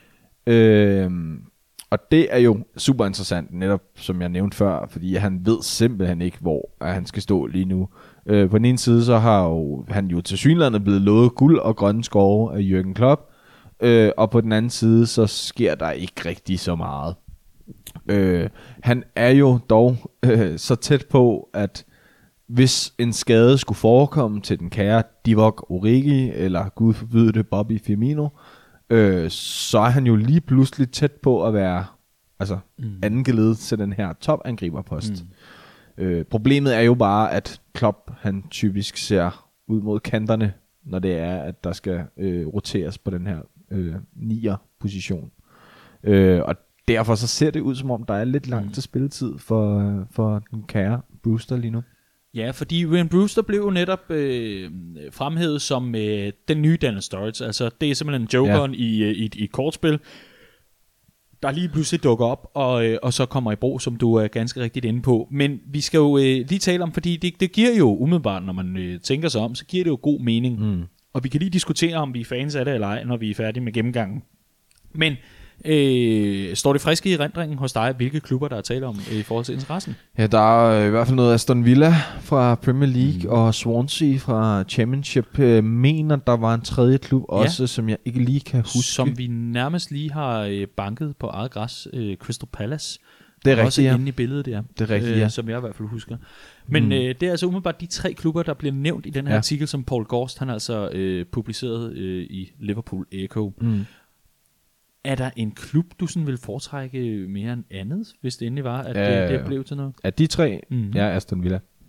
S2: Øhm, og det er jo super interessant, netop som jeg nævnte før, fordi han ved simpelthen ikke, hvor han skal stå lige nu. Øh, på den ene side, så har jo, han jo til synligheden blevet lovet guld og grønne skove af Jürgen Klopp, øh, og på den anden side, så sker der ikke rigtig så meget. Øh, han er jo dog øh, så tæt på, at hvis en skade skulle forekomme til den kære Divock Origi, eller gud forbyde det, Bobby Firmino, Øh, så er han jo lige pludselig tæt på at være altså mm. anden geled til den her topangriberpost. Mm. Øh, problemet er jo bare, at Klopp han typisk ser ud mod kanterne, når det er, at der skal øh, roteres på den her øh, nier-position. Øh, og derfor så ser det ud, som om der er lidt langt mm. til spilletid for, for den kære Brewster lige nu.
S1: Ja, fordi Ryan Brewster blev jo netop øh, fremhævet som øh, den nye Daniel Sturridge. Altså, det er simpelthen jokeren ja. i, i, i et kortspil, der lige pludselig dukker op, og, øh, og så kommer i brug, som du er ganske rigtigt inde på. Men vi skal jo øh, lige tale om, fordi det, det giver jo umiddelbart, når man øh, tænker sig om, så giver det jo god mening. Mm. Og vi kan lige diskutere, om vi er fans af det eller ej, når vi er færdige med gennemgangen. Men Øh, står det friske i erindringen hos dig, hvilke klubber der er tale om i forhold til interessen?
S2: Ja, der er i hvert fald noget Aston Villa fra Premier League, mm. og Swansea fra Championship. Jeg mener, der var en tredje klub også, ja. som jeg ikke lige kan huske.
S1: Som vi nærmest lige har banket på eget græs, Crystal Palace.
S2: Det er rigtigt,
S1: også
S2: ja.
S1: inde i billedet der.
S2: Det er rigtigt, ja.
S1: Som jeg i hvert fald husker. Men mm. øh, det er altså umiddelbart de tre klubber, der bliver nævnt i den her ja. artikel, som Paul Gorst, han altså øh, publiceret øh, i Liverpool Echo. Mm. Er der en klub, du sådan vil foretrække mere end andet, hvis det endelig var, at øh, det, det blev til noget?
S2: At de tre, mm-hmm. ja, Aston Villa.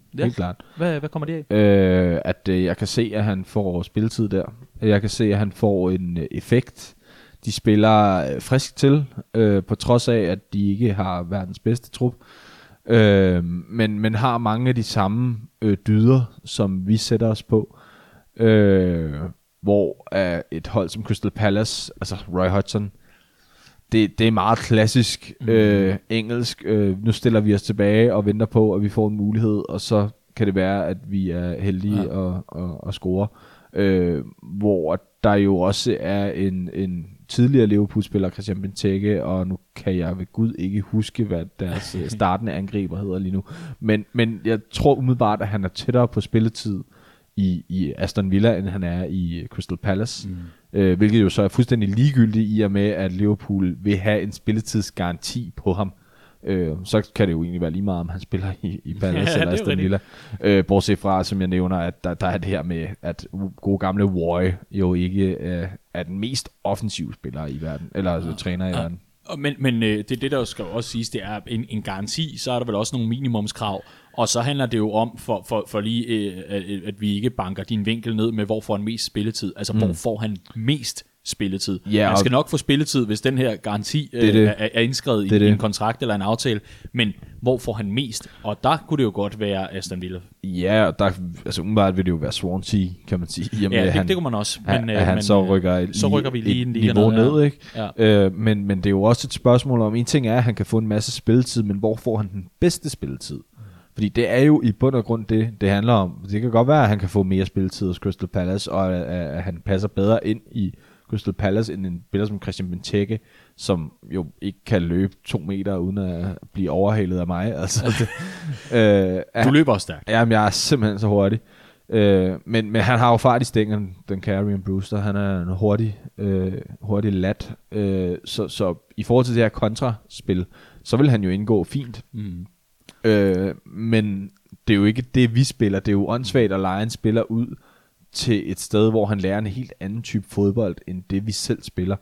S2: Ja. Helt klart.
S1: Hvad, hvad kommer det af?
S2: Øh, at øh, jeg kan se, at han får spilletid der. Jeg kan se, at han får en øh, effekt. De spiller øh, frisk til, øh, på trods af, at de ikke har verdens bedste trup. Øh, men, men har mange af de samme øh, dyder, som vi sætter os på. Øh, hvor uh, et hold som Crystal Palace, altså Roy Hodgson, det, det er meget klassisk mm. øh, engelsk. Øh, nu stiller vi os tilbage og venter på, at vi får en mulighed, og så kan det være, at vi er heldige ja. og, og, og score. Øh, hvor der jo også er en, en tidligere Liverpool-spiller, Christian Benteke, og nu kan jeg ved Gud ikke huske, hvad deres startende angriber hedder lige nu. Men, men jeg tror umiddelbart, at han er tættere på spilletid i, i Aston Villa, end han er i Crystal Palace. Mm. Øh, hvilket jo så er fuldstændig ligegyldigt i og med, at Liverpool vil have en spilletidsgaranti på ham. Øh, så kan det jo egentlig være lige meget, om han spiller i, i Palace ja, eller Aston Villa. Øh, bortset fra, som jeg nævner, at der, der er det her med, at gode gamle Roy jo ikke øh, er den mest offensive spiller i verden, eller altså, ja. træner i ja. verden.
S1: Men, men øh, det, det der skal jo også siges, det er en, en garanti, så er der vel også nogle minimumskrav, og så handler det jo om, for, for, for lige, øh, at, at vi ikke banker din vinkel ned med, hvor får han mest spilletid, altså mm. hvor får han mest spilletid. Yeah, han skal nok få spilletid, hvis den her garanti øh, det, det. Er, er indskrevet det, i det. en kontrakt eller en aftale, men hvor får han mest? Og der kunne det jo godt være Aston Villa.
S2: Ja, og der, altså umiddelbart vil det jo være Swansea, kan man sige.
S1: Jamen, ja, det, han, det kunne man også. Men,
S2: han, øh, han
S1: men,
S2: så rykker,
S1: så rykker vi lige
S2: et,
S1: en
S2: niveau ned,
S1: ned,
S2: ikke? Ja. Øh, men, men det er jo også et spørgsmål om, en ting er, at han kan få en masse spilletid, men hvor får han den bedste spilletid? Fordi det er jo i bund og grund det, det handler om. Det kan godt være, at han kan få mere spilletid hos Crystal Palace, og at han passer bedre ind i Crystal Palace end en spiller som Christian Benteke, som jo ikke kan løbe to meter uden at blive overhalet af mig. Altså, det,
S1: øh, du løber også stærkt.
S2: Jamen, jeg er simpelthen så hurtig. Øh, men, men han har jo fart i stængeren, den Ryan Brewster. Han er en hurtig, øh, hurtig lat. Øh, så, så i forhold til det her kontraspil, så vil han jo indgå fint. Mm. Øh, men det er jo ikke det, vi spiller. Det er jo åndssvagt at lege en spiller ud til et sted, hvor han lærer en helt anden type fodbold, end det vi selv spiller.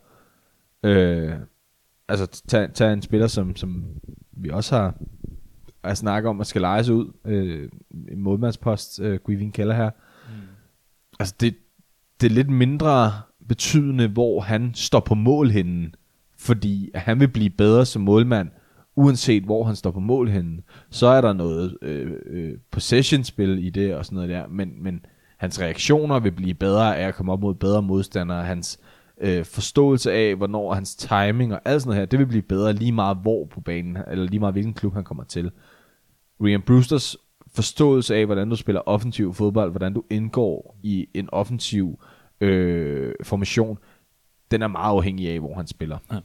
S2: Øh, altså, tag, tag en spiller, som, som vi også har at snakke om, at skal lege sig ud. Øh, en målmandspost, øh, Guivin Keller her. Mm. Altså, det, det er lidt mindre betydende, hvor han står på mål henne, fordi han vil blive bedre som målmand, uanset hvor han står på mål henne. Så er der noget øh, øh, possession-spil i det, og sådan noget der, men, men hans reaktioner vil blive bedre af at komme op mod bedre modstandere. Hans øh, forståelse af, hvornår hans timing og alt sådan noget her, det vil blive bedre lige meget hvor på banen, eller lige meget hvilken klub han kommer til. Ryan Brewsters forståelse af, hvordan du spiller offensiv fodbold, hvordan du indgår i en offensiv øh, formation, den er meget afhængig af, hvor han spiller. Ja.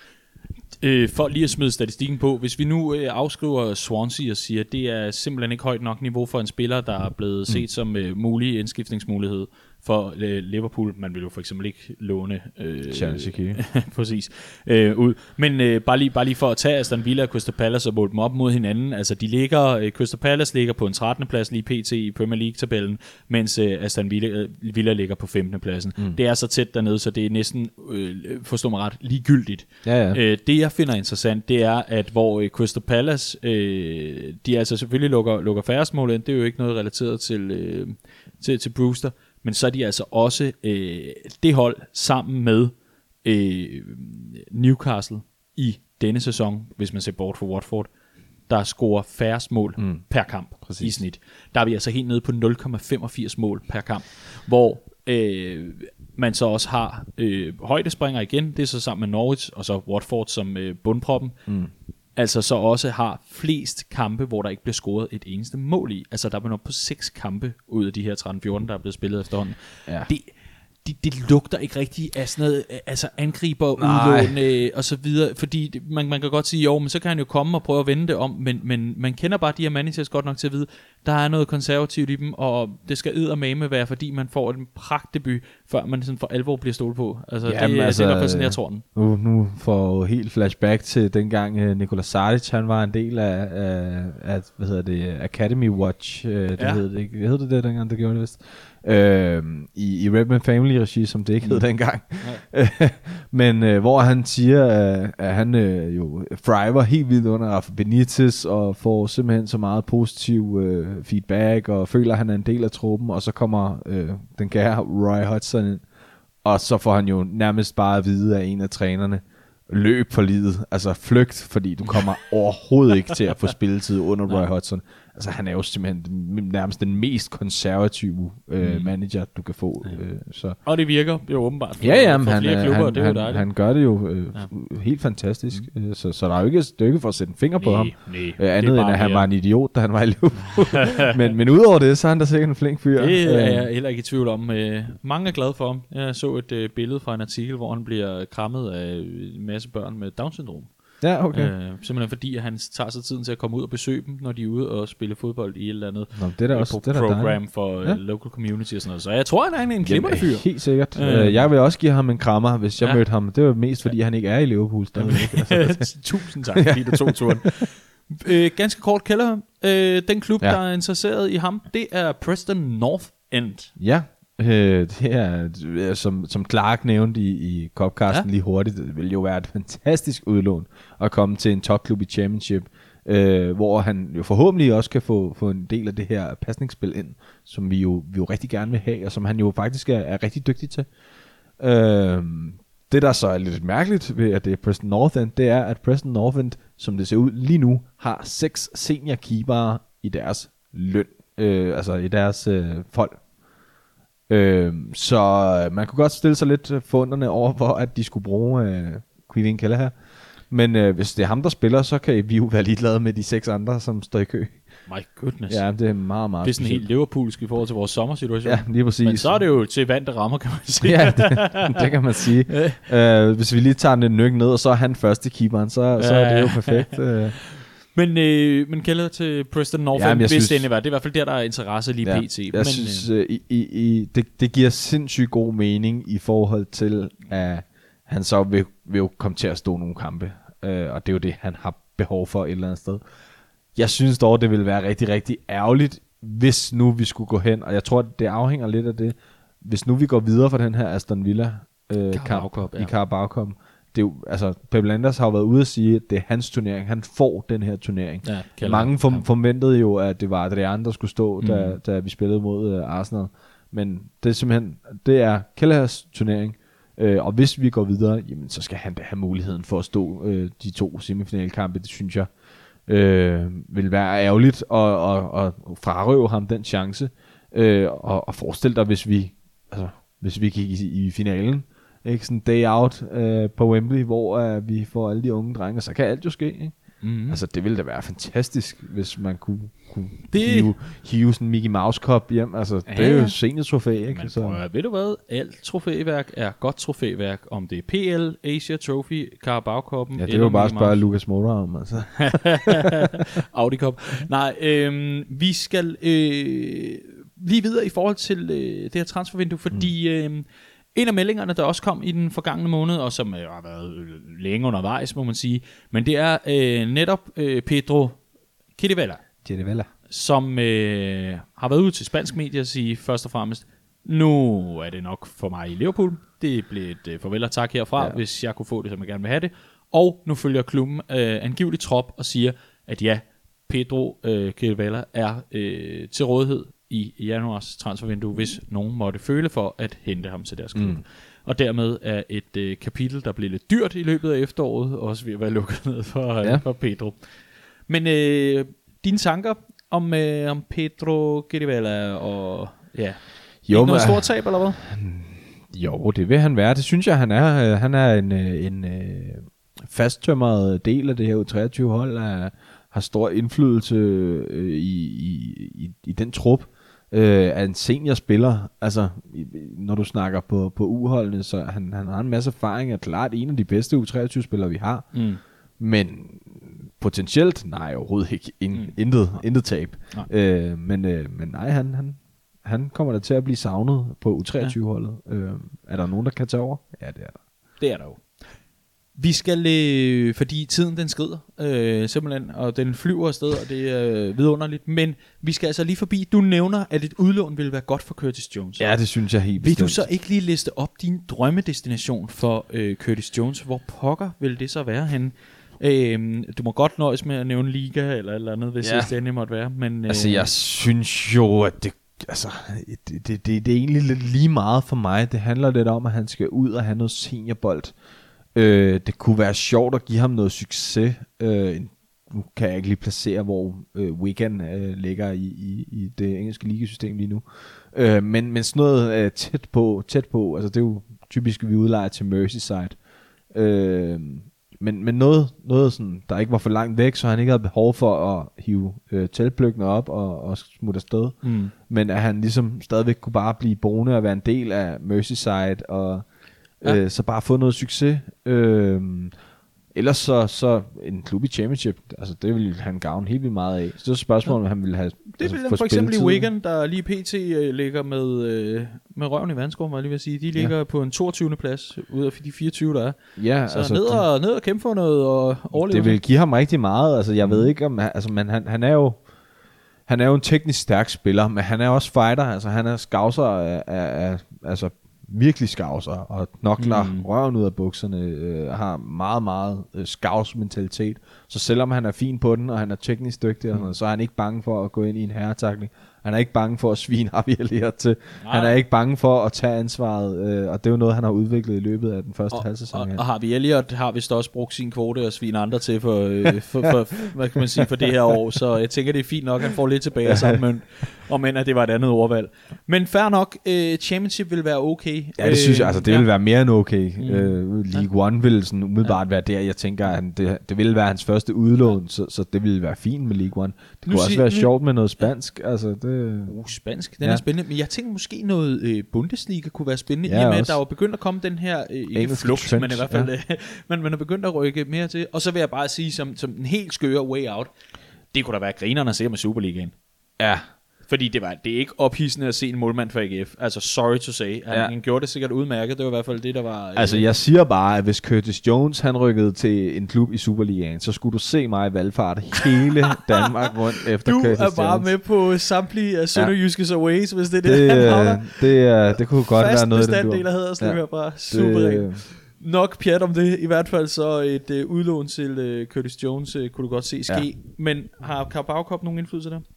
S1: Øh, for lige at smide statistikken på, hvis vi nu øh, afskriver Swansea og siger, at det er simpelthen ikke højt nok niveau for en spiller, der er blevet set mm. som øh, mulig indskiftningsmulighed for øh, Liverpool. Man vil jo for eksempel ikke låne øh, præcis øh, ud. Men øh, bare, lige, bare lige for at tage Aston Villa og Crystal Palace og måle dem op mod hinanden. Altså de ligger, øh, Crystal Palace ligger på en trettende plads lige pt i Premier League-tabellen, mens øh, Aston Villa, øh, Villa ligger på femtende pladsen. Mm. Det er så tæt dernede, så det er næsten, øh, forstå mig ret, ligegyldigt. Ja, ja. Øh, det jeg finder interessant, det er, at hvor øh, Crystal Palace, øh, de altså selvfølgelig lukker, lukker færrest mål ind, det er jo ikke noget relateret til, øh, til, til Brewster, men så er de altså også øh, det hold sammen med øh, Newcastle i denne sæson, hvis man ser bort for Watford, der scorer færrest mål mm. per kamp. Præcis. I snit. Der er vi altså helt nede på nul komma femogfirs mål per kamp, hvor øh, man så også har øh, højdespringer igen, det er så sammen med Norwich, og så Watford som øh, bundproppen, mm. altså så også har flest kampe, hvor der ikke bliver scoret et eneste mål i. Altså der er man op på seks kampe ud af de her tretten fjorten, der er blevet spillet efterhånden. Ja. Det, det, det lugter ikke rigtig af sådan noget, altså angriber, udlån øh, og så videre, fordi det, man, man kan godt sige, jo, men så kan han jo komme og prøve at vende det om, men, men man kender bare de her managers godt nok til at vide, der er noget konservativt i dem, og det skal eddermame være, fordi man får en pragtdebut, før man sådan for alvor bliver stolet på. Altså, Jamen, det, altså, det er i hvert fald sådan, jeg tror den. Nu,
S2: nu får helt flashback til dengang Nikola Saric, han var en del af, af, af hvad hedder det, Academy Watch, det ja. hed det ikke, hed det det dengang, det gjorde det vist. øh, i, i Redman Family-regi, som det ikke hed dengang. Men øh, hvor han siger, at, at han øh, jo thriver helt vildt under Rafa Benitez, og får simpelthen så meget positiv øh, feedback, og føler, at han er en del af truppen, og så kommer øh, den kære Roy Hodgson ind, og så får han jo nærmest bare at vide af en af trænerne, løb for livet, altså flygt, fordi du kommer overhovedet ikke til at få spilletid under Roy Hodgson. Altså han er jo simpelthen den, nærmest den mest konservative øh, mm. manager, du kan få.
S1: Ja.
S2: Øh, så.
S1: Og det virker jo åbenbart for,
S2: ja, ja,
S1: for
S2: han,
S1: flere klubber,
S2: han,
S1: det er jo
S2: han, han gør det jo øh, ja. helt fantastisk. Mm. Så, så der er jo ikke, det er jo ikke for at sætte en finger
S1: nej,
S2: på ham.
S1: Nej,
S2: øh, andet end at han var en idiot, da han var i Liverpool. men, men udover det, så er han da sikkert en flink fyr.
S1: Det er jeg heller ikke i tvivl om. Øh, mange er glade for ham. Jeg så et øh, billede fra en artikel, hvor han bliver krammet af en masse børn med Down-syndrom.
S2: Ja, okay.
S1: Øh, simpelthen fordi, at han tager sig tiden til at komme ud og besøge dem, når de er ude og spille fodbold i et eller andet
S2: Nå, det er da også,
S1: pro-
S2: det er
S1: program
S2: dejligt.
S1: for
S2: ja.
S1: local community og sådan noget. Så jeg tror, han er en, en glimrende fyr.
S2: Helt sikkert. Øh. Jeg vil også give ham en krammer, hvis jeg ja. mødte ham. Det var mest, fordi han ikke er i Liverpool stadigvæk.
S1: Altså, tusind tak, fordi du tog turen. øh, ganske kort, Keller. Øh, den klub, ja. der er interesseret i ham, det er Preston North End.
S2: Ja. Øh, det er, som, som Clark nævnte i, i Copcasten ja. lige hurtigt, det vil jo være et fantastisk udlån at komme til en topklub i Championship, øh, hvor han jo forhåbentlig også kan få, få en del af det her pasningsspil ind, som vi jo, vi jo rigtig gerne vil have, og som han jo faktisk er, er rigtig dygtig til. Øh, det der så er lidt mærkeligt ved, at det er Preston North End, det er, at Preston North End, som det ser ud lige nu, har seks seniorkeepere i deres løn, øh, altså i deres øh, fold. Øh, så man kunne godt stille sig lidt forundrende over, hvor at de skulle bruge øh, Kevin Keller her. Men øh, hvis det er ham, der spiller, så kan vi jo være ligeglade med de seks andre, som står i kø.
S1: My goodness.
S2: Ja, det er meget, meget
S1: det er sådan helt Liverpoolsk i forhold til vores sommersituation.
S2: Ja, lige præcis.
S1: Men så er det jo til vand, der rammer, kan man sige.
S2: Ja, det, det kan man sige. øh, hvis vi lige tager den nyk ned, og så er han første keeperen, så, ja, så er det jo perfekt. Øh.
S1: Men, øh, men Keller til Preston North End, hvis
S2: synes,
S1: det endelig var. Det er i hvert fald der, der er interesse lige
S2: ja,
S1: pt.
S2: Jeg
S1: men,
S2: synes, øh, i, i, det, det giver sindssygt god mening i forhold til, at han så vil, vil jo komme til at stå nogle kampe. Øh, og det er jo det, han har behov for et eller andet sted. Jeg synes dog, det ville være rigtig, rigtig ærgerligt, hvis nu vi skulle gå hen, og jeg tror, det afhænger lidt af det, hvis nu vi går videre fra den her Aston Villa øh, kamp
S1: Cup, ja.
S2: i Carabao Cup. Det er jo, altså, Pep Lenders har jo været ude at sige, at det er hans turnering. Han får den her turnering. Ja, mange form- forventede jo, at det var Adrian, der skulle stå, mm. da, da vi spillede mod uh, Arsenal. Men det er simpelthen, det er Kellers turnering. Uh, og hvis vi går videre, jamen, så skal han da have muligheden for at stå uh, de to semifinalkampe. Det synes jeg uh, vil være ærgerligt at, at, at frarøve ham den chance. Uh, og, og forestil dig, hvis vi, altså, hvis vi gik i, i finalen, ikke sådan day out øh, på Wembley, hvor øh, vi får alle de unge drenge, så kan alt jo ske, ikke? Mm-hmm. Altså det ville da være fantastisk, hvis man kunne, kunne det... hive, hive sådan en Mickey Mouse Cup hjem. Altså ja, det er jo seniortrofæ, ikke?
S1: Men
S2: så...
S1: prøv, ved du hvad? Alt trofæværk er godt trofæværk, om det er P L, Asia Trophy, Carabao Cup'en.
S2: Ja, det er jo bare at spørge Lucas Moura om, altså.
S1: Audi Cup. Nej, øh, vi skal øh, lige videre i forhold til øh, det her transfervindue, fordi... Mm. Øh, En af meldingerne, der også kom i den forgangne måned, og som øh, har været længe undervejs, må man sige, men det er øh, netop øh, Pedro Chirivella,
S2: Chirivella.
S1: som øh, har været ude til spansk medier og sige først og fremmest, nu er det nok for mig i Liverpool. Det blev et øh, farvel og tak herfra, ja. Hvis jeg kunne få det, som jeg gerne vil have det. Og nu følger klubben øh, angiveligt trop og siger, at ja, Pedro øh, Chirivella er øh, til rådighed i januars transfervindue, hvis nogen måtte føle for at hente ham til deres klub. Mm. Og dermed er et øh, kapitel, der bliver lidt dyrt i løbet af efteråret, også ved at være lukket ned for, ja. for Pedro. Men øh, dine tanker om, øh, om Pedro Chirivella og ja, jo, ikke noget stort tab, eller hvad?
S2: Jo, det vil han være. Det synes jeg, han er. Han er en, en, en fasttømret del af det her U treogtyve hold, af, har stor indflydelse øh, i, i, i, i den trup. Øh, er en seniorspiller, altså når du snakker på, på U-holdene, så han, han har en masse erfaring, er klart en af de bedste U treogtyve spillere vi har, mm. men potentielt, nej overhovedet ikke, In, mm. intet, intet tab, øh, men, øh, men nej, han, han, han kommer da til at blive savnet på U treogtyve holdet. Ja. Øh, er der nogen, der kan tage over? Ja, det er der.
S1: Det er der jo. Vi skal, øh, fordi tiden den skrider, øh, simpelthen, og den flyver afsted, og det er øh, vidunderligt. Men vi skal altså lige forbi. Du nævner, at et udlån vil være godt for Curtis Jones.
S2: Ja, det synes jeg helt bestemt.
S1: Vil du så ikke lige liste op din drømmedestination for øh, Curtis Jones? Hvor pokker vil det så være henne? Øh, du må godt nøjes med at nævne liga eller eller andet, hvis ja. det endelig måtte være. Men, øh,
S2: altså, jeg synes jo, at det, altså, det, det, det, det er egentlig lidt lige meget for mig. Det handler lidt om, at han skal ud og have noget seniorbold. Øh, det kunne være sjovt at give ham noget succes. Øh, nu kan jeg ikke lige placere, hvor øh, Wigan øh, ligger i, i, i det engelske ligasystem lige nu. Øh, men, men sådan noget øh, tæt på, tæt på, altså det er jo typisk, vi udlejer til Merseyside. Øh, men men noget, noget sådan, der ikke var for langt væk, så han ikke havde behov for at hive øh, teltpløkkene op og, og smutte afsted. Mm. Men at han ligesom stadigvæk kunne bare blive boende og være en del af Merseyside og ja. øh, så bare få noget succes. Øh, ellers så, så en klub i Championship, altså det ville han gavne helt vildt meget af. Så det er spørgsmålet, om han ville have.
S1: Det altså, vil for eksempel i Wigan, der lige pt. Øh, ligger med, øh, med røven i vandskov, må jeg lige vil sige. De ligger ja. på en toogtyvende plads ud af de fireogtyve, der er.
S2: Ja,
S1: så
S2: altså,
S1: ned, og, ned og kæmpe for noget og overleve.
S2: Det vil give ham rigtig meget. Altså jeg mm. ved ikke om, altså man, han, han er jo han er jo en teknisk stærk spiller, men han er også fighter. Altså han er skavser af, af, af altså virkelig skavser og knokler mm. røven ud af bukserne, øh, har meget, meget øh, skavsmentalitet. Så selvom han er fin på den, og han er teknisk dygtig, mm. og så er han ikke bange for at gå ind i en herretakling. Han er ikke bange for at svine Javier til. Nej. Han er ikke bange for at tage ansvaret, øh, og det er jo noget, han har udviklet i løbet af den første halv sæson.
S1: Og, og Harvey Elliott har vist også brugt sin kvote og svine andre til for, øh, for, for, hvad kan man sige, for det her år, så jeg tænker, det er fint nok, at han får lidt tilbage af sammen, men om end at det var et andet ordvalg. Men fair nok, øh, Championship vil være okay.
S2: Ja, det synes jeg, altså det ja. vil være mere end okay. Mm. Øh, League One vil sådan umiddelbart ja. være der. Jeg tænker, at det, det ville være hans første udlån, ja. så, så det ville være fint med League One. Det nu kunne sig, også være nu, sjovt med noget spansk. Altså det
S1: Uh, spansk, den ja. er spændende. Men jeg tænker måske noget øh, Bundesliga kunne være spændende, ja, i og med, at der er jo begyndt at komme den her, øh, ikke flugt, men i hvert fald, ja. øh, man, man er begyndt at rykke mere til. Og så vil jeg bare sige, som, som en helt skøre way out, det kunne da være grinerne at se med Superligaen.
S2: Ja.
S1: Fordi det, var, det er ikke ophidsende at se en målmand for A G F. Altså, sorry to say. Han, ja. han gjorde det sikkert udmærket. Det var i hvert fald det, der var...
S2: Altså, jeg siger bare, at hvis Curtis Jones, han rykkede til en klub i Superligaen, så skulle du se mig valgfarte hele Danmark rundt efter
S1: du
S2: Curtis Jones.
S1: Du er bare med på samtlige af Sønderjyskes ja. Aways, hvis det er det,
S2: det
S1: han havner.
S2: Det, det, det kunne godt
S1: Fast
S2: være noget,
S1: bestanddel, den du... Fast bestanddel af Haderslev her bare. Super nok pjat om det. I hvert fald så et øh, udlån til øh, Curtis Jones øh, kunne du godt se ske. Ja. Men har Carabao Cup nogen indflydelse der?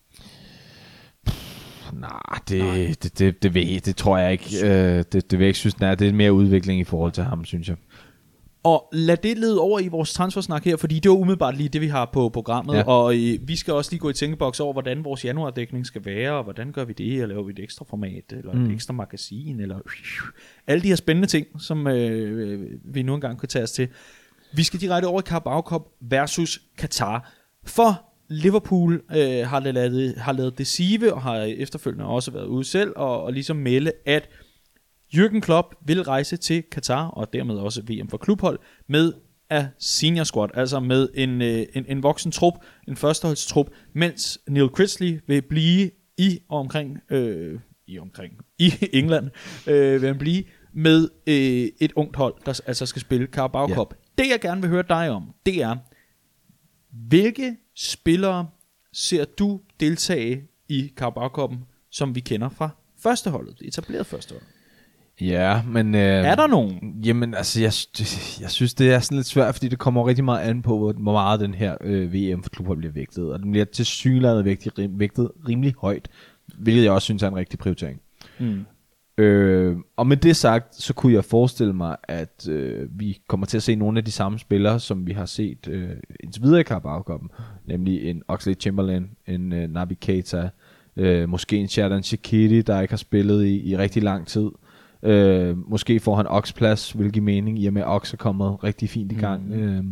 S2: Nej, det, det, det, det, ved, det tror jeg ikke. Øh, det, det vil jeg ikke synes, nej, det er mere udvikling i forhold til ham, synes jeg.
S1: Og lad det lede over i vores transfersnak her, fordi det er umiddelbart lige det, vi har på programmet. Ja. Og øh, vi skal også lige gå i tænkeboks over, hvordan vores januardækning skal være, og hvordan gør vi det, og laver vi et ekstra format, eller mm. et ekstra magasin, eller øh, alle de her spændende ting, som øh, vi nu engang kan tage os til. Vi skal direkte over i Carabao Cup versus Qatar. For Liverpool øh, har, lavet, har lavet det sive, og har efterfølgende også været ude selv, og, og ligesom melde, at Jürgen Klopp vil rejse til Qatar, og dermed også V M for klubhold, med a senior squad, altså med en, øh, en, en voksen trup, en førsteholdstrup, mens Neil Critchley vil blive i og omkring, øh, i omkring, i England, øh, vil han blive med øh, et ungt hold, der altså skal spille Carabao yeah. Cup. Det jeg gerne vil høre dig om, det er, hvilke spillere ser du deltage i Carabao Cup'en, som vi kender fra førsteholdet, det etablerede førstehold?
S2: Ja, men... Øh,
S1: er der nogen?
S2: Jamen, altså, jeg, jeg synes, det er sådan lidt svært, fordi det kommer rigtig meget an på, hvor meget den her øh, V M for klubhold bliver vægtet. Og den bliver til synligheden vægtet, rim, vægtet rimelig højt, hvilket jeg også synes er en rigtig prioritering. Mm. Øh, og med det sagt, så kunne jeg forestille mig, at øh, vi kommer til at se nogle af de samme spillere, som vi har set øh, indtil videre i Carabao Cup'en, nemlig en Oxlade-Chamberlain, en øh, Naby Keita, øh, måske en Xherdan Shaqiri, der ikke har spillet i, i rigtig lang tid. Øh, måske får han Ox plads, hvilket giver mening, i og med at Ox er kommet rigtig fint i gang. Mm.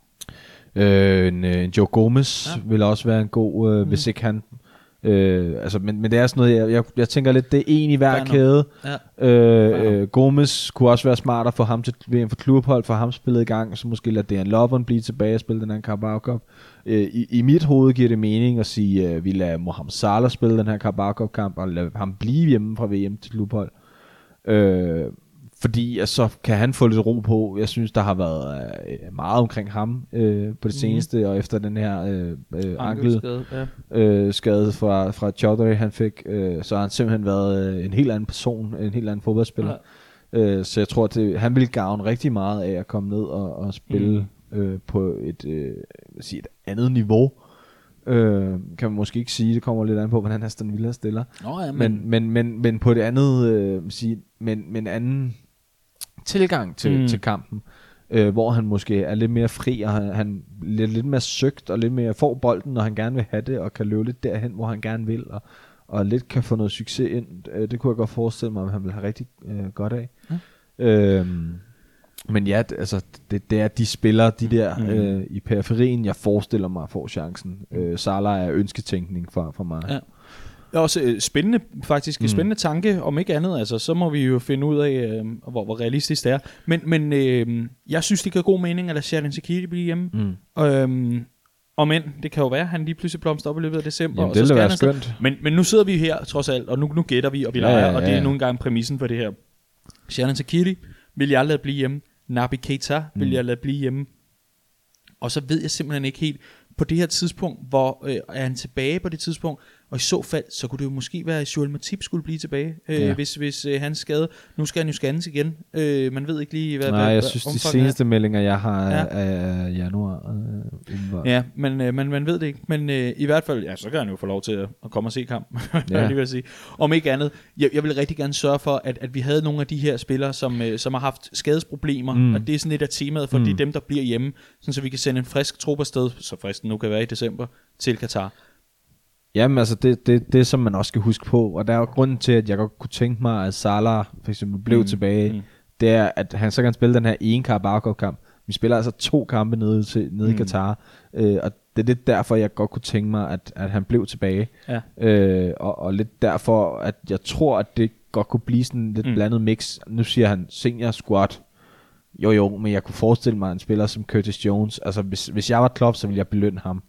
S2: Øh, øh, en, en Joe Gomez ja. vil også være en god, øh, mm. hvis ikke han... Øh, altså, men, men det er sådan noget, jeg, jeg, jeg tænker lidt, det er en i hver kæde. Ja. Øh, øh, Gomez kunne også være smart at få ham til V M for klubhold, for ham spillet i gang, og så måske lade Dejan Lovren blive tilbage og spille den her Carabao Cup. Øh, i, I mit hoved giver det mening at sige, at vi lader Mohamed Salah spille den her Carabao Cup kamp, og lade ham blive hjemme fra V M til klubhold. Øh, fordi at så kan han få lidt ro på. Jeg synes, der har været øh, meget omkring ham øh, på det seneste, mm. og efter den her øh, øh, ankelskade ja. øh, skade fra, fra Chaudhary, han fik, øh, så har han simpelthen været øh, en helt anden person, en helt anden fodboldspiller. Ja. Øh, så jeg tror, at det, han ville gavne rigtig meget af at komme ned og, og spille mm. øh, på et, øh, sige et andet niveau. Øh, kan man måske ikke sige, det kommer lidt an på, hvordan Aston Villa stiller.
S1: Nå, ja, men...
S2: Men, men, men, men på det andet, øh, sige, men, men anden tilgang til, mm. til kampen, øh, hvor han måske er lidt mere fri, og han, han lidt, lidt mere søgt, og lidt mere får bolden, når han gerne vil have det, og kan løbe lidt derhen, hvor han gerne vil, og, og lidt kan få noget succes ind. Øh, det kunne jeg godt forestille mig, at han vil have rigtig øh, godt af. Mm. Øh, men ja, altså, det, det er de spillere, de der mm. øh, i periferien, jeg forestiller mig får chancen. Øh, Salah er ønsketænkning for, for mig.
S1: Ja. Det er også øh, spændende, faktisk. Mm. Spændende tanke, om ikke andet. Altså, så må vi jo finde ud af, øh, hvor, hvor realistisk det er. Men, men øh, jeg synes, det giver god mening at lade Xherdan Shaqiri blive hjemme. Mm. Øhm, og men, det kan jo være, at han lige pludselig blomster op i løbet af december.
S2: Jamen,
S1: og
S2: det
S1: så
S2: vil være skønt.
S1: Men, men nu sidder vi her, trods alt, og nu, nu gætter vi, og vi leger, ja, ja, ja. og det er nu engang præmissen for det her. Xherdan Shaqiri vil jeg lade blive hjemme. Naby Keita vil mm. jeg lade blive hjemme. Og så ved jeg simpelthen ikke helt, på det her tidspunkt, hvor øh, er han tilbage på det tidspunkt, og i så fald, så kunne det jo måske være, at Joel Matip skulle blive tilbage, øh, ja. hvis, hvis øh, hans skade, nu skal han jo scannes igen, øh, man ved ikke lige, hvad
S2: Nej,
S1: hvad,
S2: jeg
S1: hvad
S2: synes, de seneste
S1: er.
S2: meldinger, jeg har,
S1: ja.
S2: er januar. Øh,
S1: ja, men øh, man, man ved det ikke, men øh, i hvert fald, ja, så kan han jo få lov til at, at komme og se kampen, ja. vil sige. Om ikke andet, jeg, jeg vil rigtig gerne sørge for, at, at vi havde nogle af de her spillere, som, øh, som har haft skadesproblemer, mm. og det er sådan lidt af temaet, for mm. det er dem, der bliver hjemme, sådan, så vi kan sende en frisk trup afsted, så frisk nu kan være i december, til Katar.
S2: Jamen altså, det, det, det som man også skal huske på, og der er jo grunden til, at jeg godt kunne tænke mig, at Salah for eksempel blev mm. tilbage, mm. det er, at han så kan spille den her ene Carabao Cup kamp. Vi spiller altså to kampe nede, til, nede mm. i Katar, øh, og det er lidt derfor, jeg godt kunne tænke mig, at, at han blev tilbage. Ja. Øh, og, og lidt derfor, at jeg tror, at det godt kunne blive sådan lidt mm. blandet mix. Nu siger han senior squad. Jo jo, men jeg kunne forestille mig en spiller som Curtis Jones. Altså hvis, hvis jeg var Klopp, så ville jeg belønne ham.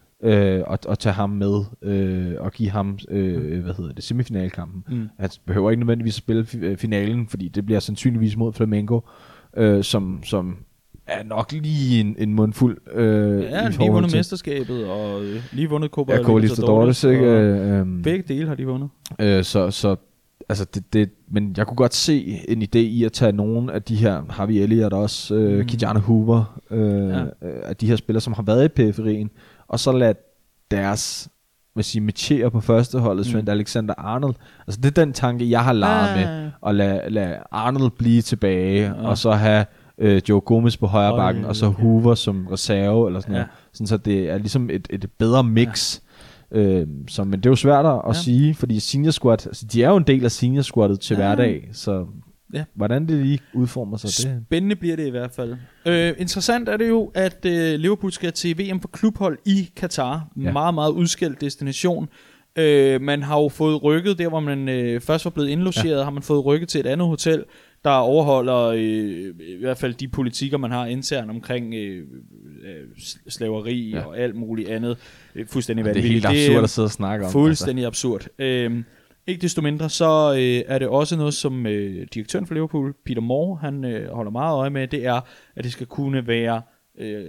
S2: Øh, og, og tage ham med øh, og give ham øh, hvad hedder det, semifinalkampen. Mm. Han behøver ikke nødvendigvis at spille fi- finalen, fordi det bliver sandsynligvis mod Flamengo, øh, som, som er nok lige en, en mundfuld. Øh,
S1: ja, lige vundet mesterskabet og øh, lige vundet Copa
S2: ja, Libertadores, ikke? Øh,
S1: begge dele har de vundet.
S2: Øh, så så altså det, det, men jeg kunne godt se en idé i at tage nogle af de her, Harvey Elliott også, øh, mm. Ki-Jana Hoever, øh, ja. af de her spillere, som har været i periferien, og så lad deres, hvad siger, metier på førsteholdet, Trent mm. Alexander-Arnold. Altså det er den tanke, jeg har leget ah. med, at lade, lade Arnold blive tilbage, ja. og så have øh, Joe Gomez på højre bakken, og så okay. Hoover som reserve, eller sådan ja. noget. Sådan, så det er ligesom et, et bedre mix. Ja. Øh, så, men det er jo svært at ja. sige, fordi senior squad, altså, de er jo en del af senior squadet til ja. hverdag, så... Ja. Hvordan det lige udformer sig det?
S1: Spændende bliver det i hvert fald. øh, Interessant er det jo, at øh, Liverpool skal til V M for klubhold i Katar. Ja. Meget, meget udskældt destination. øh, Man har jo fået rykket der, hvor man øh, først var blevet indlogeret, ja. har man fået rykket til et andet hotel, der overholder øh, i hvert fald de politikker, man har internt omkring øh, øh, slaveri ja. og alt muligt andet. øh, Fuldstændig vanvittigt.
S2: Det er helt absurd at sidde og snakke om.
S1: Fuldstændig altså. absurd. øh, Ikke desto mindre, så øh, er det også noget, som øh, direktøren for Liverpool, Peter Moore, han øh, holder meget øje med. Det er, at det skal kunne være, øh,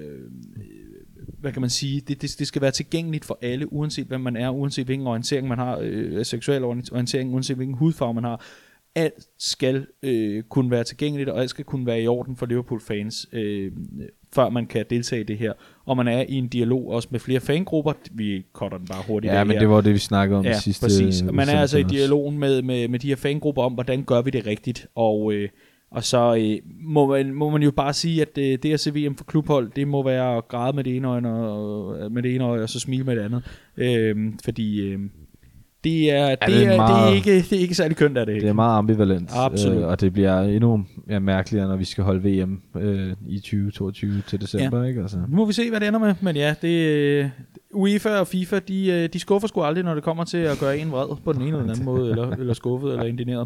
S1: hvad kan man sige, det, det, det skal være tilgængeligt for alle, uanset hvem man er, uanset hvilken orientering man har, øh, seksuel orientering, uanset hvilken hudfarve man har. Alt skal øh, kunne være tilgængeligt, og alt skal kunne være i orden for Liverpool-fans, øh, før man kan deltage i det her. Og man er i en dialog også med flere fangrupper. Vi cutter den bare hurtigt.
S2: Ja, men her. Det var det, vi snakkede om
S1: ja,
S2: sidste.
S1: Præcis. Man er altså i dialogen med, med, med de her fangrupper om, hvordan gør vi det rigtigt. Og, øh, og så øh, må, man, må man jo bare sige, at øh, det at se V M for klubhold, det må være at græde med det ene øje, og, med det ene øje, og så smile med det andet. Øh, fordi... Øh, Det er, ja, det, er, meget, det, er ikke, det er ikke særlig kønt, er det ikke?
S2: Det er meget ambivalent,
S1: øh,
S2: og det bliver endnu ja, mærkeligere, når vi skal holde V M øh, i tyve toogtyve til december. Ja. Ikke? Altså.
S1: Nu må vi se, hvad det ender med, men ja, det, UEFA og FIFA, de, de skuffer sgu aldrig, når det kommer til at gøre en vred på den ene eller den anden måde, eller, eller skuffet eller indigneret.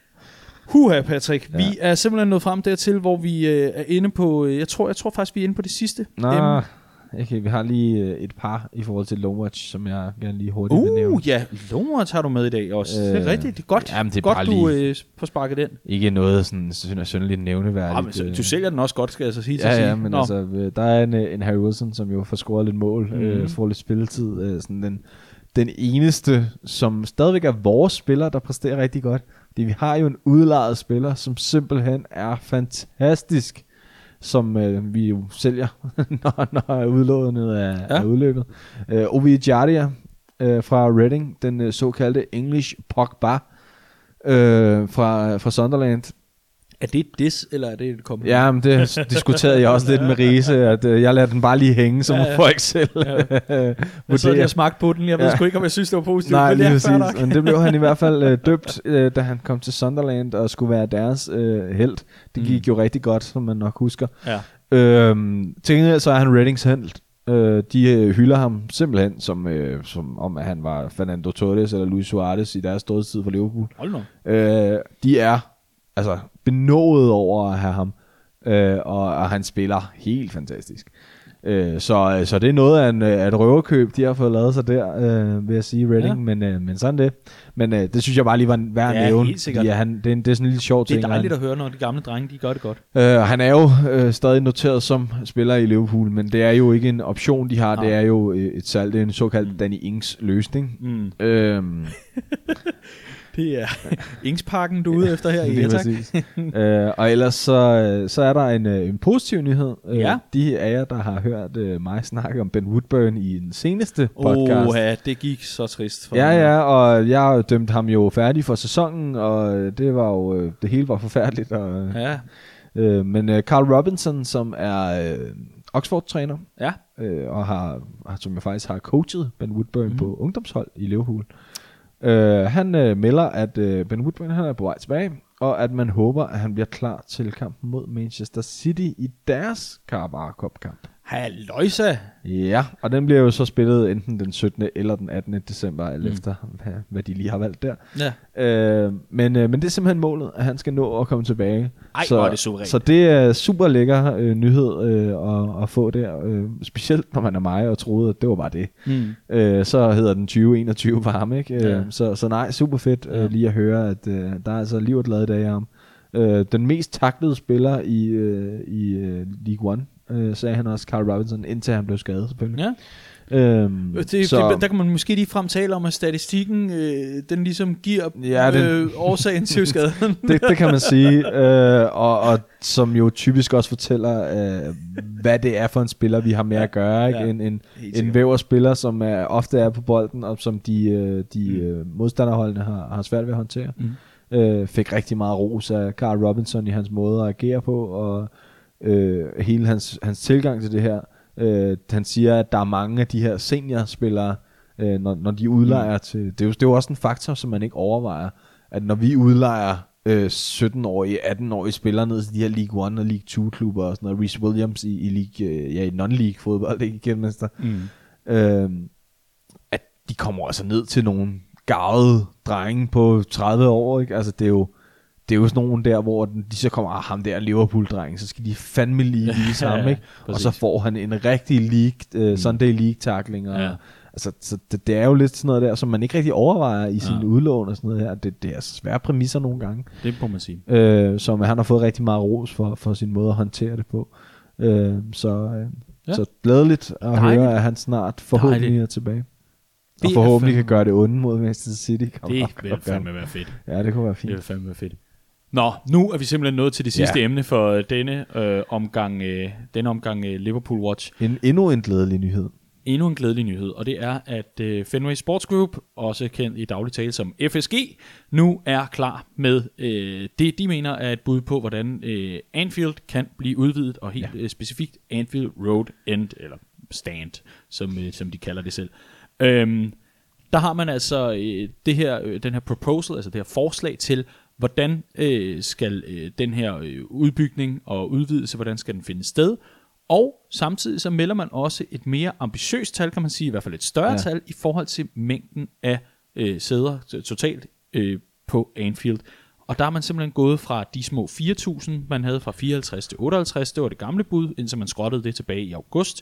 S1: Huha, Patrick, ja. Vi er simpelthen nået frem dertil, hvor vi øh, er inde på, jeg tror, jeg tror faktisk, vi er inde på det sidste
S2: Nå. Okay, vi har lige øh, et par i forhold til Lone Watch, som jeg gerne lige hurtigt vil nævne.
S1: Uh, ja, Lone Watch har du med i dag også. Øh, det er rigtigt. Det er godt,
S2: jamen, det er
S1: godt du
S2: lige,
S1: øh, får sparket den.
S2: Ikke noget sådan synderligt nævneværdigt.
S1: Ja, men så, du sælger den også godt, skal jeg så sige.
S2: Ja,
S1: til
S2: ja,
S1: sige.
S2: men
S1: Nå.
S2: altså, der er en, en Harry Wilson, som jo får scoret lidt mål, mm. øh, får lidt spilletid. Øh, sådan den, den eneste, som stadigvæk er vores spiller, der præsterer rigtig godt. Det, vi har jo en udlejet spiller, som simpelthen er fantastisk, som øh, vi jo sælger, når, når udlånet er, ja. er udløbet. Øh, Ovi Jardia øh, fra Reading, den øh, såkaldte English Pogba øh, fra, fra Sunderland.
S1: Er det et diss, eller er det et kompliment?
S2: Ja, men det diskuterede jeg også lidt med Riese, at øh, jeg lader den bare lige hænge, så ja, ja. Folk selv ja.
S1: Jeg så jeg smagte på den, jeg ved ja. sgu ikke, om jeg synes, det var positivt.
S2: Nej,
S1: men
S2: lige
S1: det er
S2: præcis. Men det blev han i hvert fald øh, døbt, øh, da han kom til Sunderland og skulle være deres øh, helt. Det gik mm. jo rigtig godt, som man nok husker.
S1: Ja.
S2: Øhm, til gengæld så er han Readings helt. Øh, de øh, hylder ham simpelthen som, øh, som om, at han var Fernando Torres eller Luis Suarez i deres storhedstid for Liverpool.
S1: Hold nu.
S2: Øh, de er altså benådet over at have ham, øh, og, og han spiller helt fantastisk. Øh, så, så det er noget af en, af et røverkøb, de har fået lavet sig der, øh, vil jeg sige, Reading, ja. men, øh, men sådan det. Men øh, det synes jeg bare lige var værd at
S1: ja,
S2: nævne,
S1: helt sikkert.
S2: fordi han, det, er, det er sådan en lille sjov ting.
S1: Det er dejligt at høre, når de gamle drenge, de gør det godt.
S2: Øh, han er jo øh, stadig noteret som spiller i Liverpool, men det er jo ikke en option, de har, ja. Det er jo et salg, det er en såkaldt mm. Danny Ings løsning. Mm. Øhm,
S1: Det er Ingsparken, du er ude efter her i
S2: ja, tak. øh, og ellers så, så er der en, en positiv nyhed.
S1: Ja.
S2: Øh, de af jer, der har hørt øh, mig snakke om Ben Woodburn i den seneste podcast.
S1: Åh ja, det gik så trist for
S2: Ja,
S1: mig.
S2: ja, og jeg dømte ham jo færdig for sæsonen, og det var jo, det hele var forfærdeligt. Og,
S1: ja.
S2: øh, men øh, Carl Robinson, som er øh, Oxford-træner,
S1: ja.
S2: øh, og har, som jeg faktisk har coachet Ben Woodburn mm. på ungdomshold i Liverpool. Uh, han uh, melder, at uh, Ben Woodburn han er på vej tilbage, og at man håber, at han bliver klar til kampen mod Manchester City i deres Carabao Cup-kamp.
S1: Halløjsa!
S2: Ja, og den bliver jo så spillet enten den syttende eller den attende december, alt mm. efter hvad, hvad de lige har valgt der. Ja. Uh, men, uh, men det er simpelthen målet, at han skal nå at komme tilbage.
S1: Ej,
S2: så,
S1: hvor er det suverænt.
S2: Så det er super lækker uh, nyhed uh, at, at få der, uh, specielt når man er mig og troede, at det var bare det. Mm. Uh, så hedder den tyve enogtyve for ham, ikke? Uh, ja. så, så nej, super fedt uh, ja. lige at høre, at uh, der er altså liv og glade dage om. Uh, den mest taklede spiller i, uh, i uh, League One, uh, sagde han også, Carl Robinson, indtil han blev skadet selvfølgelig.
S1: Ja.
S2: Øhm,
S1: det,
S2: så,
S1: det, der kan man måske lige frem tale om, at statistikken øh, den ligesom giver
S2: ja, den,
S1: øh, årsagen til skaden.
S2: det, det kan man sige, øh, og, og som jo typisk også fortæller, øh, hvad det er for en spiller, vi har med at gøre. Ikke? Ja, en en, en væverspiller, som er, ofte er på bolden, og som de, øh, de mm. modstanderholdene har, har svært ved at håndtere. Mm. Øh, fik rigtig meget ros af Carl Robinson i hans måde at agere på, og øh, hele hans, hans tilgang til det her. Uh, han siger, at der er mange af de her seniorspillere, uh, når, når de udlejer mm. til... Det er, jo, det er jo også en faktor, som man ikke overvejer, at når vi udlejer uh, sytten-årige, atten-årige spillere ned til de her League one og League two klubber og sådan noget, Reece Williams i, i, League, uh, ja, i non-league fodbold, ikke igen, mester, mm. uh, at de kommer altså ned til nogle garvede drenge på tredive år, ikke? Altså det er jo det er jo sådan nogen der, hvor de så kommer, ah, ham der Liverpool-dreng, så skal de fandme lige vise ham, ja, ikke? Og så får han en rigtig league, uh, Sunday League-tackling. Og, ja. Altså, så det, det er jo lidt sådan noget der, som man ikke rigtig overvejer i sin ja. udlån og sådan noget her. Det, det er altså svære præmisser nogle gange.
S1: Det må man sige.
S2: Uh, som han har fået rigtig meget ros for, for sin måde at håndtere det på. Uh, så, uh, ja. så glædeligt at Dejligt. høre, at han snart forhåbentlig Dejligt. er tilbage. Det og forhåbentlig kan gøre det onde mod Manchester City.
S1: Kom det vil fandme være fedt.
S2: Ja, det kunne være fint.
S1: Det vil fandme være fedt. Nå, nu er vi simpelthen nået til det sidste ja. emne for denne øh, omgang, øh, denne omgang øh, Liverpool Watch.
S2: En, endnu en glædelig nyhed.
S1: Endnu en glædelig nyhed, og det er, at øh, Fenway Sports Group, også kendt i daglig tale som F S G, nu er klar med øh, det, de mener er et bud på, hvordan øh, Anfield kan blive udvidet, og helt ja. øh, specifikt Anfield Road End, eller Stand, som, øh, som de kalder det selv. Øhm, der har man altså øh, det her, øh, den her proposal, altså det her forslag til, hvordan øh, skal øh, den her øh, udbygning og udvidelse, hvordan skal den finde sted, og samtidig så melder man også et mere ambitiøst tal, kan man sige, i hvert fald et større ja. tal, i forhold til mængden af øh, sæder totalt øh, på Anfield. Og der er man simpelthen gået fra de små fire tusind, man havde fra fireoghalvtreds til otteoghalvtreds, det var det gamle bud, indtil man skrottede det tilbage i august,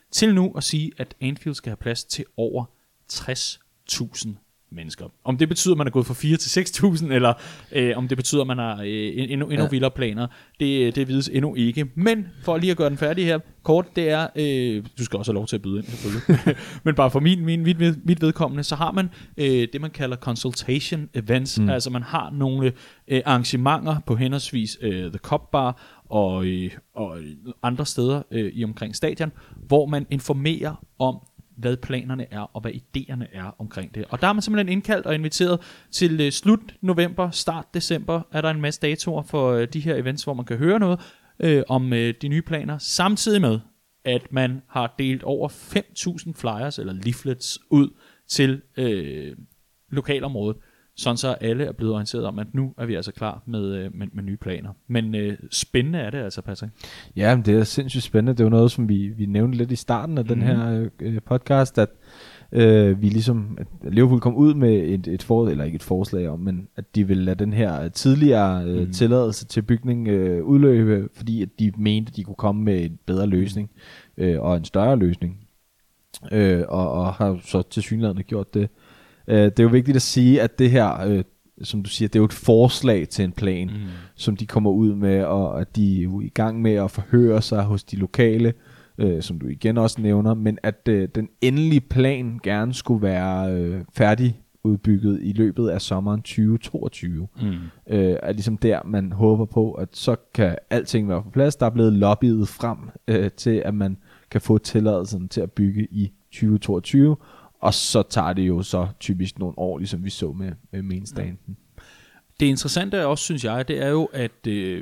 S1: til nu at sige, at Anfield skal have plads til over tres tusind mennesker. Om det betyder, at man er gået fra fire til seks tusind, eller øh, om det betyder, at man har øh, endnu, endnu ja. vildere planer, det, det vides endnu ikke. Men for lige at gøre den færdig her, kort, det er, øh, du skal også have lov til at byde ind, selvfølgelig. Men bare for min, min, mit, mit vedkommende, så har man øh, det, man kalder consultation events. Mm. Altså man har nogle øh, arrangementer på henholdsvis øh, The Cup Bar og, øh, og andre steder øh, i omkring stadion, hvor man informerer om, hvad planerne er, og hvad idéerne er omkring det. Og der er man simpelthen indkaldt og inviteret til øh, slut november, start december, er der en masse datoer for øh, de her events, hvor man kan høre noget øh, om øh, de nye planer, samtidig med, at man har delt over fem tusind flyers eller leaflets ud til øh, lokalområdet, sådan så alle er blevet orienteret om, at nu er vi altså klar med, med, med nye planer. Men øh, spændende er det altså, Patrick.
S2: Ja, men det er sindssygt spændende. Det er jo noget, som vi, vi nævnte lidt i starten af mm. den her øh, podcast, at øh, vi ligesom, at Liverpool kom ud med et, et forslag, eller ikke et forslag om, men at de ville lade den her tidligere øh, mm. tilladelse til bygning øh, udløbe, fordi at de mente, at de kunne komme med en bedre løsning øh, og en større løsning. Øh, og, og har så tilsyneladende gjort det. Det er jo vigtigt at sige, at det her, øh, som du siger, det er jo et forslag til en plan, mm. som de kommer ud med, og at de er jo i gang med at forhøre sig hos de lokale, øh, som du igen også nævner, men at øh, den endelige plan gerne skulle være øh, færdig udbygget i løbet af sommeren tyve toogtyve. Mm. Øh, er ligesom der, man håber på, at så kan alting være på plads. Der er blevet lobbyet frem øh, til, at man kan få tilladelsen til at bygge i tyve toogtyve, og så tager det jo så typisk nogle år, ligesom vi så med, med mainstanden.
S1: Det interessante også, synes jeg, det er jo, at øh,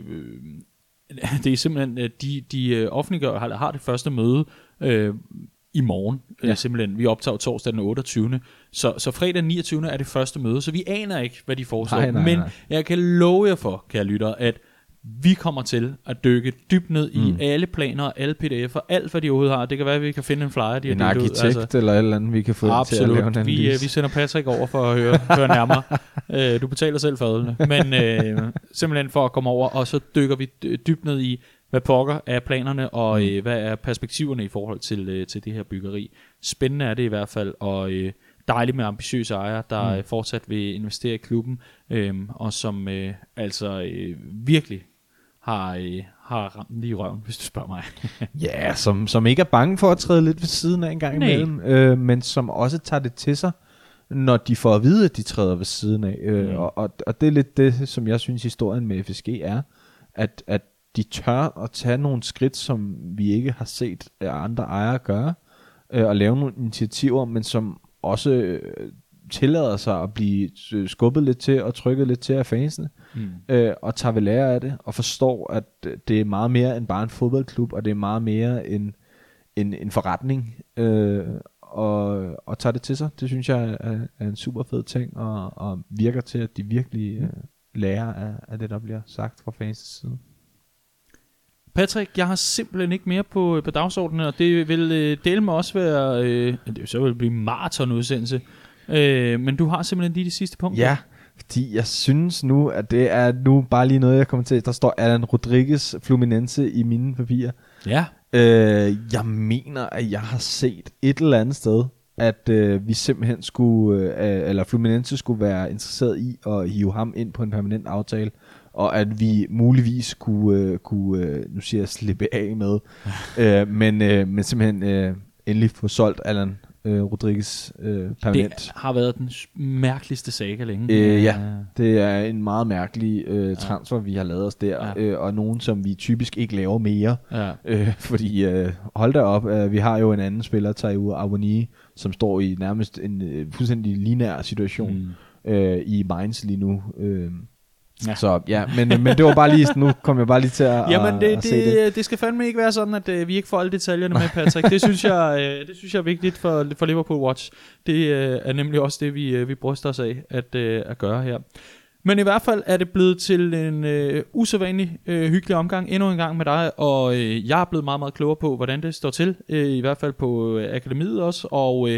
S1: det er simpelthen, at de, de offentliggør har, har det første møde øh, i morgen. Ja. Øh, simpelthen, vi optager torsdag den otteogtyvende Så, så fredag den niogtyvende er det første møde, så vi aner ikke, hvad de foreslår. Nej, nej, nej. Men jeg kan love jer for, kære lytter, at vi kommer til at dykke dybt ned i mm. alle planer, alle P D F'er, alt hvad de overhovedet har. Det kan være, at vi kan finde en flyer, de
S2: en har arkitekt ud. Altså, eller et eller andet, vi kan få
S1: absolut.
S2: Til at lave en
S1: analyse. Vi, vi sender Patrick over for at høre, høre nærmere. Uh, du betaler selv for adlene. Men uh, simpelthen for at komme over, og så dykker vi dybt ned i, hvad pokker er planerne, og uh, hvad er perspektiverne i forhold til, uh, til det her byggeri. Spændende er det i hvert fald, og uh, dejligt med ambitiøse ejere, der mm. fortsat vil investere i klubben, uh, og som uh, altså uh, virkelig har, øh, har ramt lige i røven, hvis du spørger mig.
S2: Ja, som, som ikke er bange for at træde lidt ved siden af en gang imellem, øh, men som også tager det til sig, når de får at vide, at de træder ved siden af. Øh, mm. og, og, og det er lidt det, som jeg synes historien med F S G er, at, at de tør at tage nogle skridt, som vi ikke har set andre ejere gøre, øh, og lave nogle initiativer, men som også øh, tillader sig at blive skubbet lidt til og trykket lidt til af fansene, mm. øh, og tager ved lære af det, og forstår, at det er meget mere end bare en fodboldklub, og det er meget mere end en, en forretning, øh, og, og tager det til sig. Det synes jeg er, er en super fed ting, og, og virker til, at de virkelig øh, lærer af, af det, der bliver sagt fra fans side.
S1: Patrick, jeg har simpelthen ikke mere på, på dagsordenen, og det vil øh, dele med også være, øh, det vil så vil blive maratonudsendelse, øh, men du har simpelthen lige de sidste punkter.
S2: Ja, fordi jeg synes nu, at det er nu bare lige noget, jeg kommer til. Der står Alan Rodriguez Fluminense i mine papirer.
S1: Ja.
S2: Øh, jeg mener, at jeg har set et eller andet sted, at øh, vi simpelthen skulle, øh, eller Fluminense skulle være interesseret i at hive ham ind på en permanent aftale, og at vi muligvis kunne, øh, kunne øh, nu siger jeg, slippe af med, øh, men, øh, men simpelthen øh, endelig få solgt Alan øh, Rodriguez øh, permanent.
S1: Det har været den mærkeligste saga længe.
S2: Øh, ja, det er en meget mærkelig øh, transfer, ja. vi har lavet os der, ja. øh, og nogen, som vi typisk ikke laver mere, ja. øh, fordi øh, hold da op, øh, vi har jo en anden spiller, Taiwo Awoniyi, som står i nærmest en øh, fuldstændig lineær situation mm. øh, i Mainz lige nu. Øh, Ja. Så ja, men, men det var bare lige, nu kom jeg bare lige til at,
S1: Jamen det,
S2: at, at
S1: det,
S2: se det.
S1: Det skal fandme ikke være sådan, at uh, vi ikke får alle detaljerne med, Patrick. Det synes jeg, uh, det synes jeg er vigtigt for, for Liverpool Watch. Det uh, er nemlig også det, vi, uh, vi bryster os af at, uh, at gøre her. Men i hvert fald er det blevet til en uh, usædvanlig uh, hyggelig omgang endnu en gang med dig, og uh, jeg er blevet meget, meget klogere på, hvordan det står til, uh, i hvert fald på uh, akademiet også, og, uh,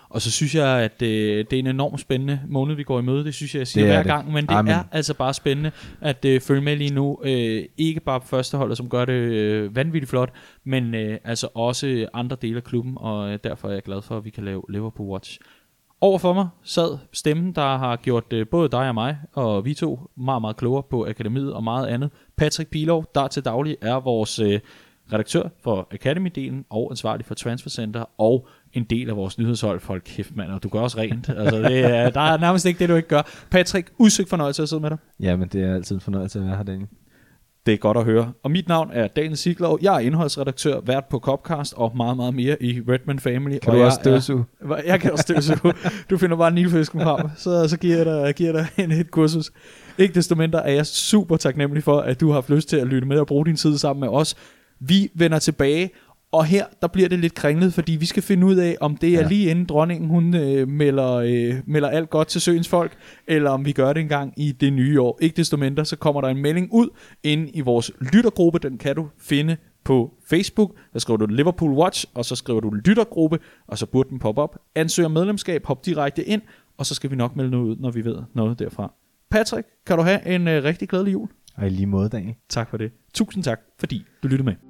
S1: Og så synes jeg, at øh, det er en enormt spændende måned, vi går i møde. Det synes jeg, jeg siger
S2: Det er
S1: hver
S2: det.
S1: gang. Men det
S2: Amen.
S1: er altså bare spændende at øh, følge med lige nu. Øh, ikke bare på førsteholdet, som gør det øh, vanvittigt flot, men øh, altså også andre dele af klubben. Og øh, derfor er jeg glad for, at vi kan lave Liverpool Watch. Overfor mig sad stemmen, der har gjort øh, både dig og mig, og vi to meget, meget klogere på akademiet og meget andet. Patrick Pilov, der til daglig er vores øh, redaktør for Academy-delen og ansvarlig for Transfer Center og en del af vores nyhedshold. Folk kæft, mand, og du gør også rent. Altså, det er, der er nærmest ikke det, du ikke gør. Patrick, udsøgt fornøjelse at sidde med dig.
S2: Jamen, det er altid en fornøjelse at være her, Daniel.
S1: Det er godt at høre. Og mit navn er Daniel Siglov. Jeg er indholdsredaktør, vært på Copcast og meget, meget mere i Redman Family.
S2: Kan
S1: og
S2: du
S1: jeg
S2: også støvsuge?
S1: Er, jeg kan også støvsuge. Du finder bare en nilfisken frem, så, så giver jeg dig, giver dig en, et kursus. Ikke desto mindre er jeg super taknemmelig for, at du har haft lyst til at lytte med og bruge din tid sammen med os. Vi vender tilbage, og her der bliver det lidt kringlet, fordi vi skal finde ud af, om det er ja. lige inden dronningen hun øh, melder, øh, melder alt godt til søens folk, eller om vi gør det engang i det nye år. Ikke desto mindre, så kommer der en melding ud inde i vores lyttergruppe. Den kan du finde på Facebook. Der skriver du Liverpool Watch, og så skriver du lyttergruppe, og så burde den poppe op. Ansøg medlemskab, hop direkte ind, og så skal vi nok melde noget ud, når vi ved noget derfra. Patrick, kan du have en øh, rigtig glædelig jul?
S2: Og i lige måde, Daniel.
S1: Tak for det. Tusind tak, fordi du lyttede med.